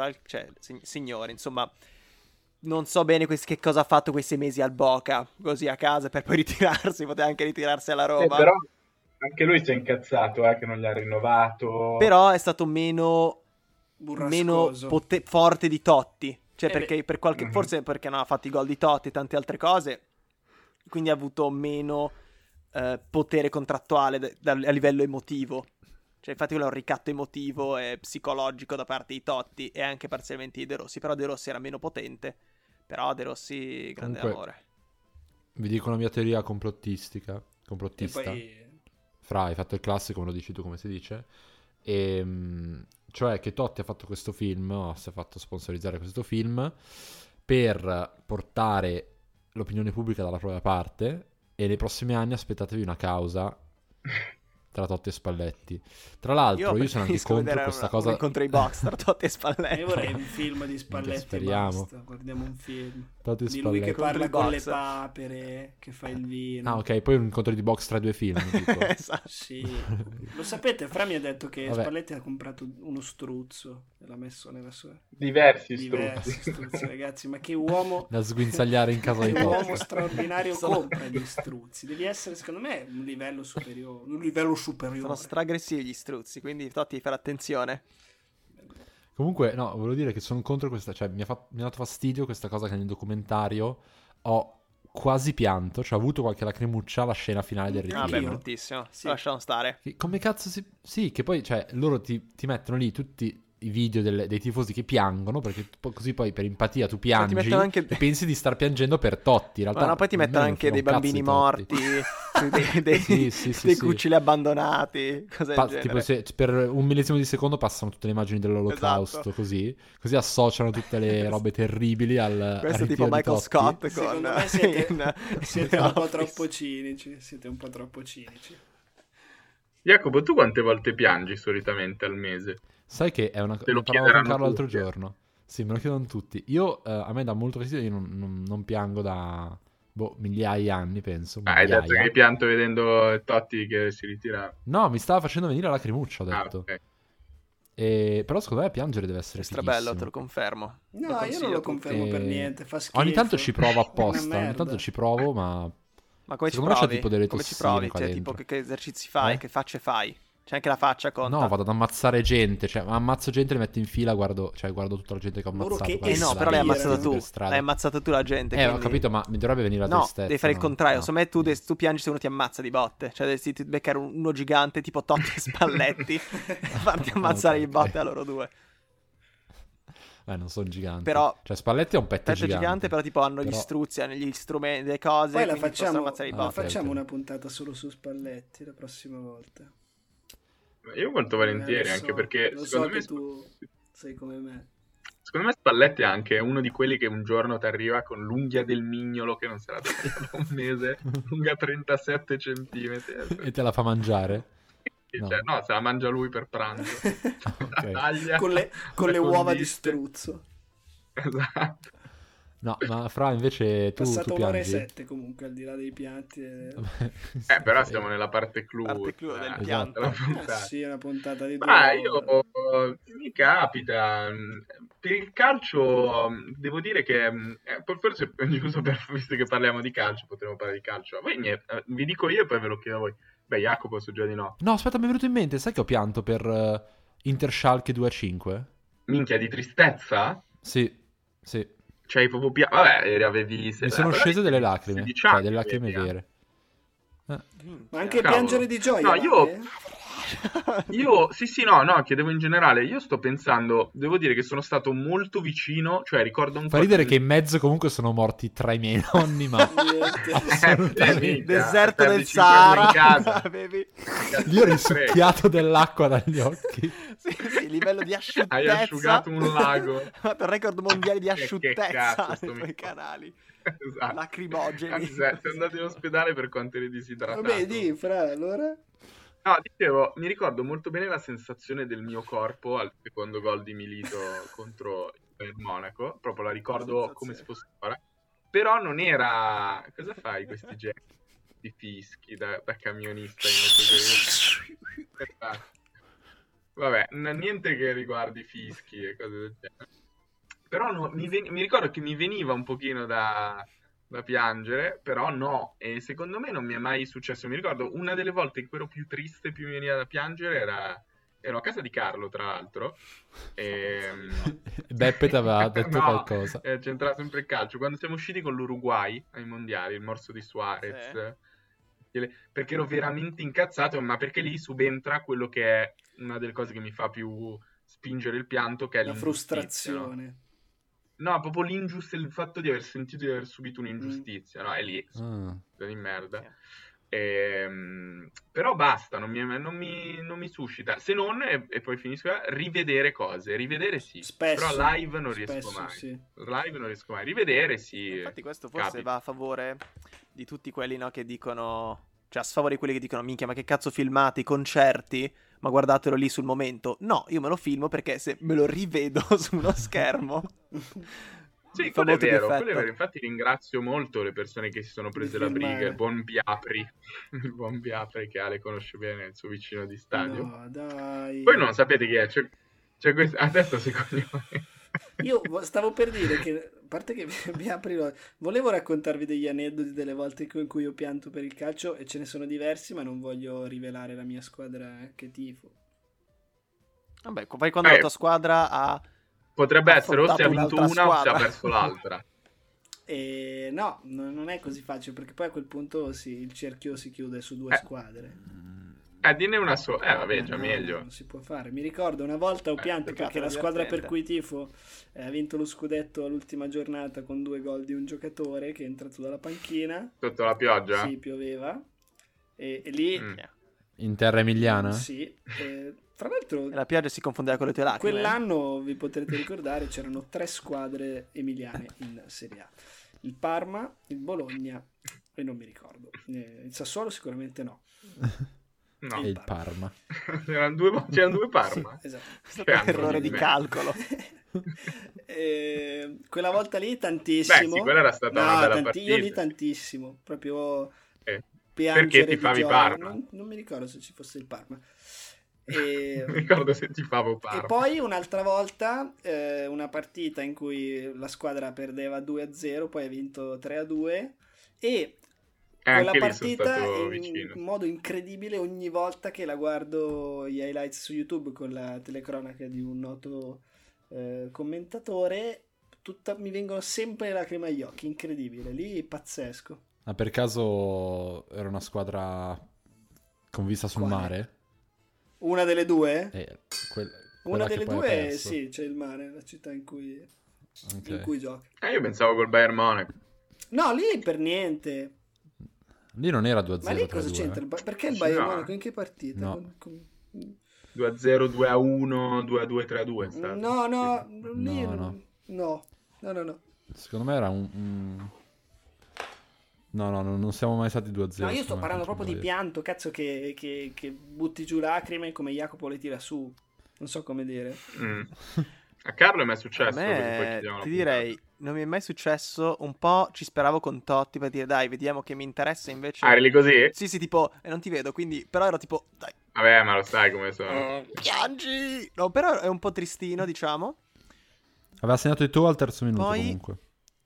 signore, insomma, non so bene che cosa ha fatto quei 6 mesi al Boca, così a casa, per poi ritirarsi, poteva anche ritirarsi alla Roma. Però anche lui si è incazzato che non gli ha rinnovato. Però è stato meno meno burrascoso. forte di Totti. Cioè, beh. perché per qualche, forse perché non ha fatto i gol di Totti e tante altre cose, quindi ha avuto meno potere contrattuale a livello emotivo. Cioè, infatti quello è un ricatto emotivo e psicologico da parte di Totti e anche parzialmente di De Rossi. Però De Rossi era meno potente. Però De Rossi, grande Comunque, amore. Vi dico una mia teoria complottista. E poi Fra, hai fatto il classico, me lo dici tu come si dice. Cioè che Totti ha fatto questo film, o si è fatto sponsorizzare questo film per portare l'opinione pubblica dalla propria parte, e nei prossimi anni aspettatevi una causa tra Totti e Spalletti. Tra l'altro io sono anche preferisco contro vedere questa un cosa. incontro ai box tra Totti e Spalletti. io vorrei un film di Spalletti e Speriamo. basta. Guardiamo un film Totti e di lui che Spalletti. parla Contro i con le box. papere, che fa il vino. Ah, ok, poi un incontro di box tra i due film, tipo. Esatto. Sì, lo sapete, Fra mi ha detto che Vabbè. Spalletti ha comprato uno struzzo e l'ha messo nella sua... Diversi Diversi struzzi. struzzi, ragazzi, ma che uomo... Da sguinzagliare in casa di Che uomo Totti. straordinario Sono- compra gli struzzi. Devi essere, secondo me, un livello superiore. Un livello superiore. Sono straggressivi gli struzzi, quindi Totti devi fare attenzione. Comunque, no, volevo dire che sono contro questa, cioè mi ha dato fastidio questa cosa che nel documentario ho quasi pianto, cioè ho avuto qualche lacrimuccia alla scena finale del Ah, beh, ritiro. bruttissimo. Sì. Lasciamo stare. Come cazzo si... Sì, che poi, cioè, loro ti mettono lì tutti i video dei tifosi che piangono, perché così poi per empatia tu piangi mettono anche- e pensi di star piangendo per Totti. In realtà, Ma no, poi ti a me mettono non anche frega dei un cazzo bambini di Totti. morti, dei Sì, dei sì. cuccioli abbandonati, cose del genere. Tipo per un millesimo di secondo passano tutte le immagini dell'olocausto, Esatto. così associano tutte le robe terribili al Questo al tipo ritiro di Michael Totti. Scott con Secondo me siete, siete in un po' Office. troppo cinici. Siete un po' troppo cinici. Jacopo, tu quante volte piangi solitamente al mese? Sai che è Te lo ne parlavo con chiederanno Carlo l'altro tutti. giorno. Sì, me lo chiedono tutti. Io, a me dà molto fastidio, io non piango da migliaia di anni, penso. Hai detto che Migliaia. hai pianto vedendo Totti che si ritira. No, mi stava facendo venire la lacrimuccia, ho Ah, detto. ok. Però secondo me piangere deve essere È strabello, fighissimo. te lo confermo. No, Lo io consiglio non lo a tutti. confermo per E- niente. Fa schifo. Ogni tanto ci provo È una apposta, ogni merda. tanto ci provo, ma... Ma come ci Secondo me c'è provi? tipo delle Come ci tossine provi? qua Cioè, dentro. tipo che esercizi fai, Eh? che facce fai? C'è anche la faccia conta. No, vado ad ammazzare gente, cioè ammazzo gente, le metto in fila, guardo tutta la gente che ho Loro ammazzato. che quando no, si però l'hai gira ammazzato tu. per strada. L'hai ammazzato tu la gente. Ho quindi- capito, ma mi dovrebbe venire la No, tristezza. devi fare il no? contrario. No. Secondo me tu piangi se uno ti ammazza di botte. Cioè, dovresti beccare uno gigante tipo Totti e Spalletti e farti ammazzare Ok, di botte ok. a loro due. Non sono giganti. Però- Cioè, Spalletti è un petto Petto gigante, però tipo hanno gli Però- struzzi, hanno gli strumenti, le cose. Poi la quindi possono facciamo, ammazzare di Ah, la botte. ok, facciamo ok. una puntata solo su Spalletti la prossima volta. Io molto volentieri, Lo anche so, perché lo so secondo che me, tu sei come me. secondo me Spalletti è anche uno di quelli che un giorno ti arriva con l'unghia del mignolo che non sarà tagliata da un mese, lunga 37 centimetri. E te la fa mangiare? No. Cioè, no, se la mangia lui per pranzo. Ok. La taglia, con le la uova di condisce. struzzo. Esatto. No, ma Fra, invece tu Passata un'ora e piangi? 7 comunque, al di là dei piatti. Però siamo nella parte clou, Parte clou del cioè, pianto. della puntata. Sì, una puntata di Ma 2 io ore. mi capita per il calcio, devo dire che poi forse giusto visto che parliamo di calcio, potremmo parlare di calcio. Voi vi dico io e poi ve lo chiedo a voi. Beh, Jacopo so già di no. No, aspetta, mi è venuto in mente, sai che ho pianto per Inter Schalke 2-5? Minchia di tristezza? Sì. Cioè, proprio vabbè, avevi Mi sono scese delle lacrime, 16 cioè anni, delle lacrime vedi, vere. Ma anche Cavolo. piangere di gioia. No, io- vale? Sì, no, chiedevo in generale. Io sto pensando, devo dire che sono stato molto vicino, cioè ricordo un Fa po' ridere di- che in mezzo comunque sono morti tra i miei nonni, ma Niente. assolutamente. Deserto perdi del 5 euro Sahara. in casa. Avevi... Io ho risucchiato dell'acqua dagli occhi. sì, livello di asciuttezza. Hai asciugato un lago. Ha fatto il record mondiale di Che asciuttezza cazzo, nei sto tuoi mi- canali. Esatto. Lacrimogeni. Anzi, sei andato in ospedale per quanto eri disidratato. Vabbè, di, Fra, allora? No, dicevo, mi ricordo molto bene la sensazione del mio corpo al secondo gol di Milito contro il Monaco, proprio la ricordo come se fosse ora, però non era... Cosa fai questi gesti di fischi da camionista in Esatto. Vabbè, niente che riguardi fischi e cose del genere. Però mi ricordo che mi veniva un pochino da piangere, però no, e secondo me non mi è mai successo. Mi ricordo una delle volte in cui ero più triste, più mi veniva da piangere, era ero a casa di Carlo, tra l'altro, e... Beppe ti aveva detto No, qualcosa. c'entrava sempre il calcio. Quando siamo usciti con l'Uruguay ai mondiali, il morso di Suarez, perché ero veramente incazzato, ma perché lì subentra quello che è una delle cose che mi fa più spingere il pianto, che è La l'ingiustizia, frustrazione. no, proprio il fatto di aver sentito di aver subito un'ingiustizia, no? È lì, di merda. Però basta, non mi suscita, se non, e poi finisco, rivedere cose, rivedere sì, Spesso, però live non riesco spesso, mai, sì. live non riesco mai, rivedere sì. Infatti questo forse capita. va a favore di tutti quelli, no, che dicono, cioè a sfavore di quelli che dicono minchia ma che cazzo filmate, i concerti, ma guardatelo lì sul momento. No, io me lo filmo perché se me lo rivedo su uno schermo Sì, fa quello è molto più vero, effetto. quello è vero. Infatti ringrazio molto le persone che si sono prese Di la briga, filmare. il buon Biapri, il buon Biapri che Ale conosce bene, il suo vicino di stadio. No, dai. Voi non sapete chi è, c'è questo, adesso si coglione. Io stavo per dire che, a parte che mi aprirò, volevo raccontarvi degli aneddoti delle volte in cui ho pianto per il calcio e ce ne sono diversi, ma non voglio rivelare la mia squadra che tifo. Vabbè, poi quando la tua squadra ha Potrebbe essere o se ha affrontato vinto un'altra una o se ha squadra. perso l'altra. E no, non è così facile, perché poi a quel punto il cerchio si chiude su due squadre. Dinne una sola. Vabbè, già No, meglio. non si può fare. Mi ricordo una volta ho pianto peccato, perché la squadra per divertente. cui tifo ha vinto lo scudetto all'ultima giornata con 2 gol di un giocatore che è entrato dalla panchina. Sotto la pioggia? Sì, pioveva. E lì... In terra emiliana? Sì. Tra l'altro... E la pioggia si confondeva con le tue lacrime. Quell'anno, vi potrete ricordare, c'erano 3 squadre emiliane in Serie A. Il Parma, il Bologna e non mi ricordo. Il Sassuolo sicuramente no. No. E il Parma. C'erano due Parma. Sì, esatto. È stato un errore di calcolo. Quella volta lì tantissimo. Beh, sì, quella era stata una bella partita. Io lì tantissimo, proprio Perché piangere tifavi di gioia. Parma? Non mi ricordo se ci fosse il Parma. Mi ricordo se tifavo Parma. E poi un'altra volta una partita in cui la squadra perdeva 2-0, poi ha vinto 3-2 e quella anche lì sono partita stato vicino. in modo incredibile ogni volta che la guardo gli highlights su YouTube con la telecronaca di un noto commentatore, mi vengono sempre le lacrime agli occhi, incredibile, lì pazzesco. Ma per caso era una squadra con vista sul Quale? mare? Una delle due? Quella Una che delle poi ha due, perso. sì, c'è il mare, la città in cui Ok. gioca. Io pensavo col Bayern Monaco. No, lì per niente. Lì non era 2-0. Ma lì cosa 3-2. c'entra? Perché il Sì, Bayern no. Monaco? In che partita? No. 2-0, 2-1, 2-2, 3-2 è stato. No, Sì. lì No. no. Secondo me era un... No, non siamo mai stati 2-0. No, io sto parlando contro proprio il di Bayern. pianto, cazzo, che butti giù lacrime come Jacopo le tira su. Non so come dire. A Carlo è mai A successo? Perché poi me, chiudiamo la ti puntata. direi, non mi è mai successo. Un po' ci speravo con Totti per dire dai, vediamo che mi interessa, invece... Ah, eri lì così? Sì, tipo, e non ti vedo, quindi... Però ero tipo, dai, Vabbè, ma lo sai come sono. piangi! No, però è un po' tristino, diciamo. Aveva segnato il tuo al terzo minuto Poi- comunque.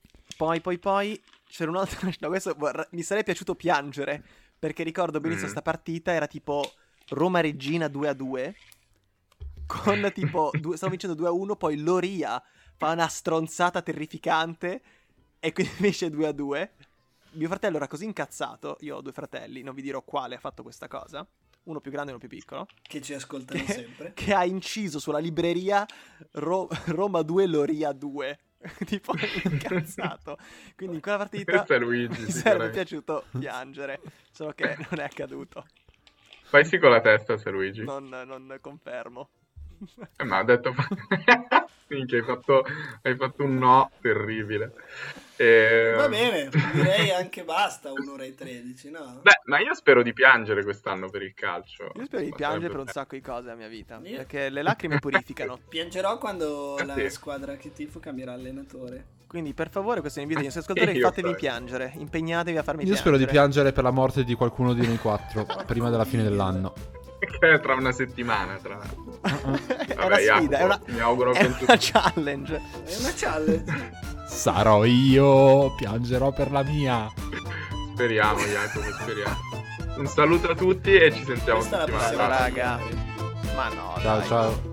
Poi c'era un altro... No, questo mi sarebbe piaciuto piangere, perché ricordo benissimo sta partita, era tipo Roma-Regina 2-2, con tipo, stavo vincendo 2-1, poi Loria fa una stronzata terrificante, e quindi finisce 2-2. Mio fratello era così incazzato, io ho 2 fratelli, non vi dirò quale ha fatto questa cosa, uno più grande e uno più piccolo, Che ci ascoltano sempre. che ha inciso sulla libreria Roma 2 Loria 2. Tipo incazzato. Quindi in quella partita Questo è Luigi, mi sarebbe sicuramente. piaciuto piangere, solo che non è accaduto. Fai sì con la testa, se Luigi. Non confermo. Ma ha detto... Minchia, hai fatto un no terribile. Va bene, direi anche basta, 1:13, no? Beh, ma io spero di piangere quest'anno per il calcio. Io spero di Ma piangere sarebbe per un bello. sacco di cose nella mia vita, Io- perché le lacrime purificano. Piangerò quando Ah, la sì. squadra che tifo cambierà allenatore. Quindi per favore, questo è un invito agli ascoltatori, Io fatevi poi. piangere, impegnatevi a farmi Io piangere. spero di piangere per la morte di qualcuno di noi 4 prima della fine dell'anno. Che è tra una settimana, tra l'altro. È Vabbè, una sfida, Jacopo, mi auguro è con una challenge. È una challenge. Sarò io, piangerò per la mia. Speriamo, Jacopo, speriamo. Un saluto a tutti e ci sentiamo Questa la settimana possiamo Bella, prossima. raga. tagliare. Ma no, Ciao, dai. ciao.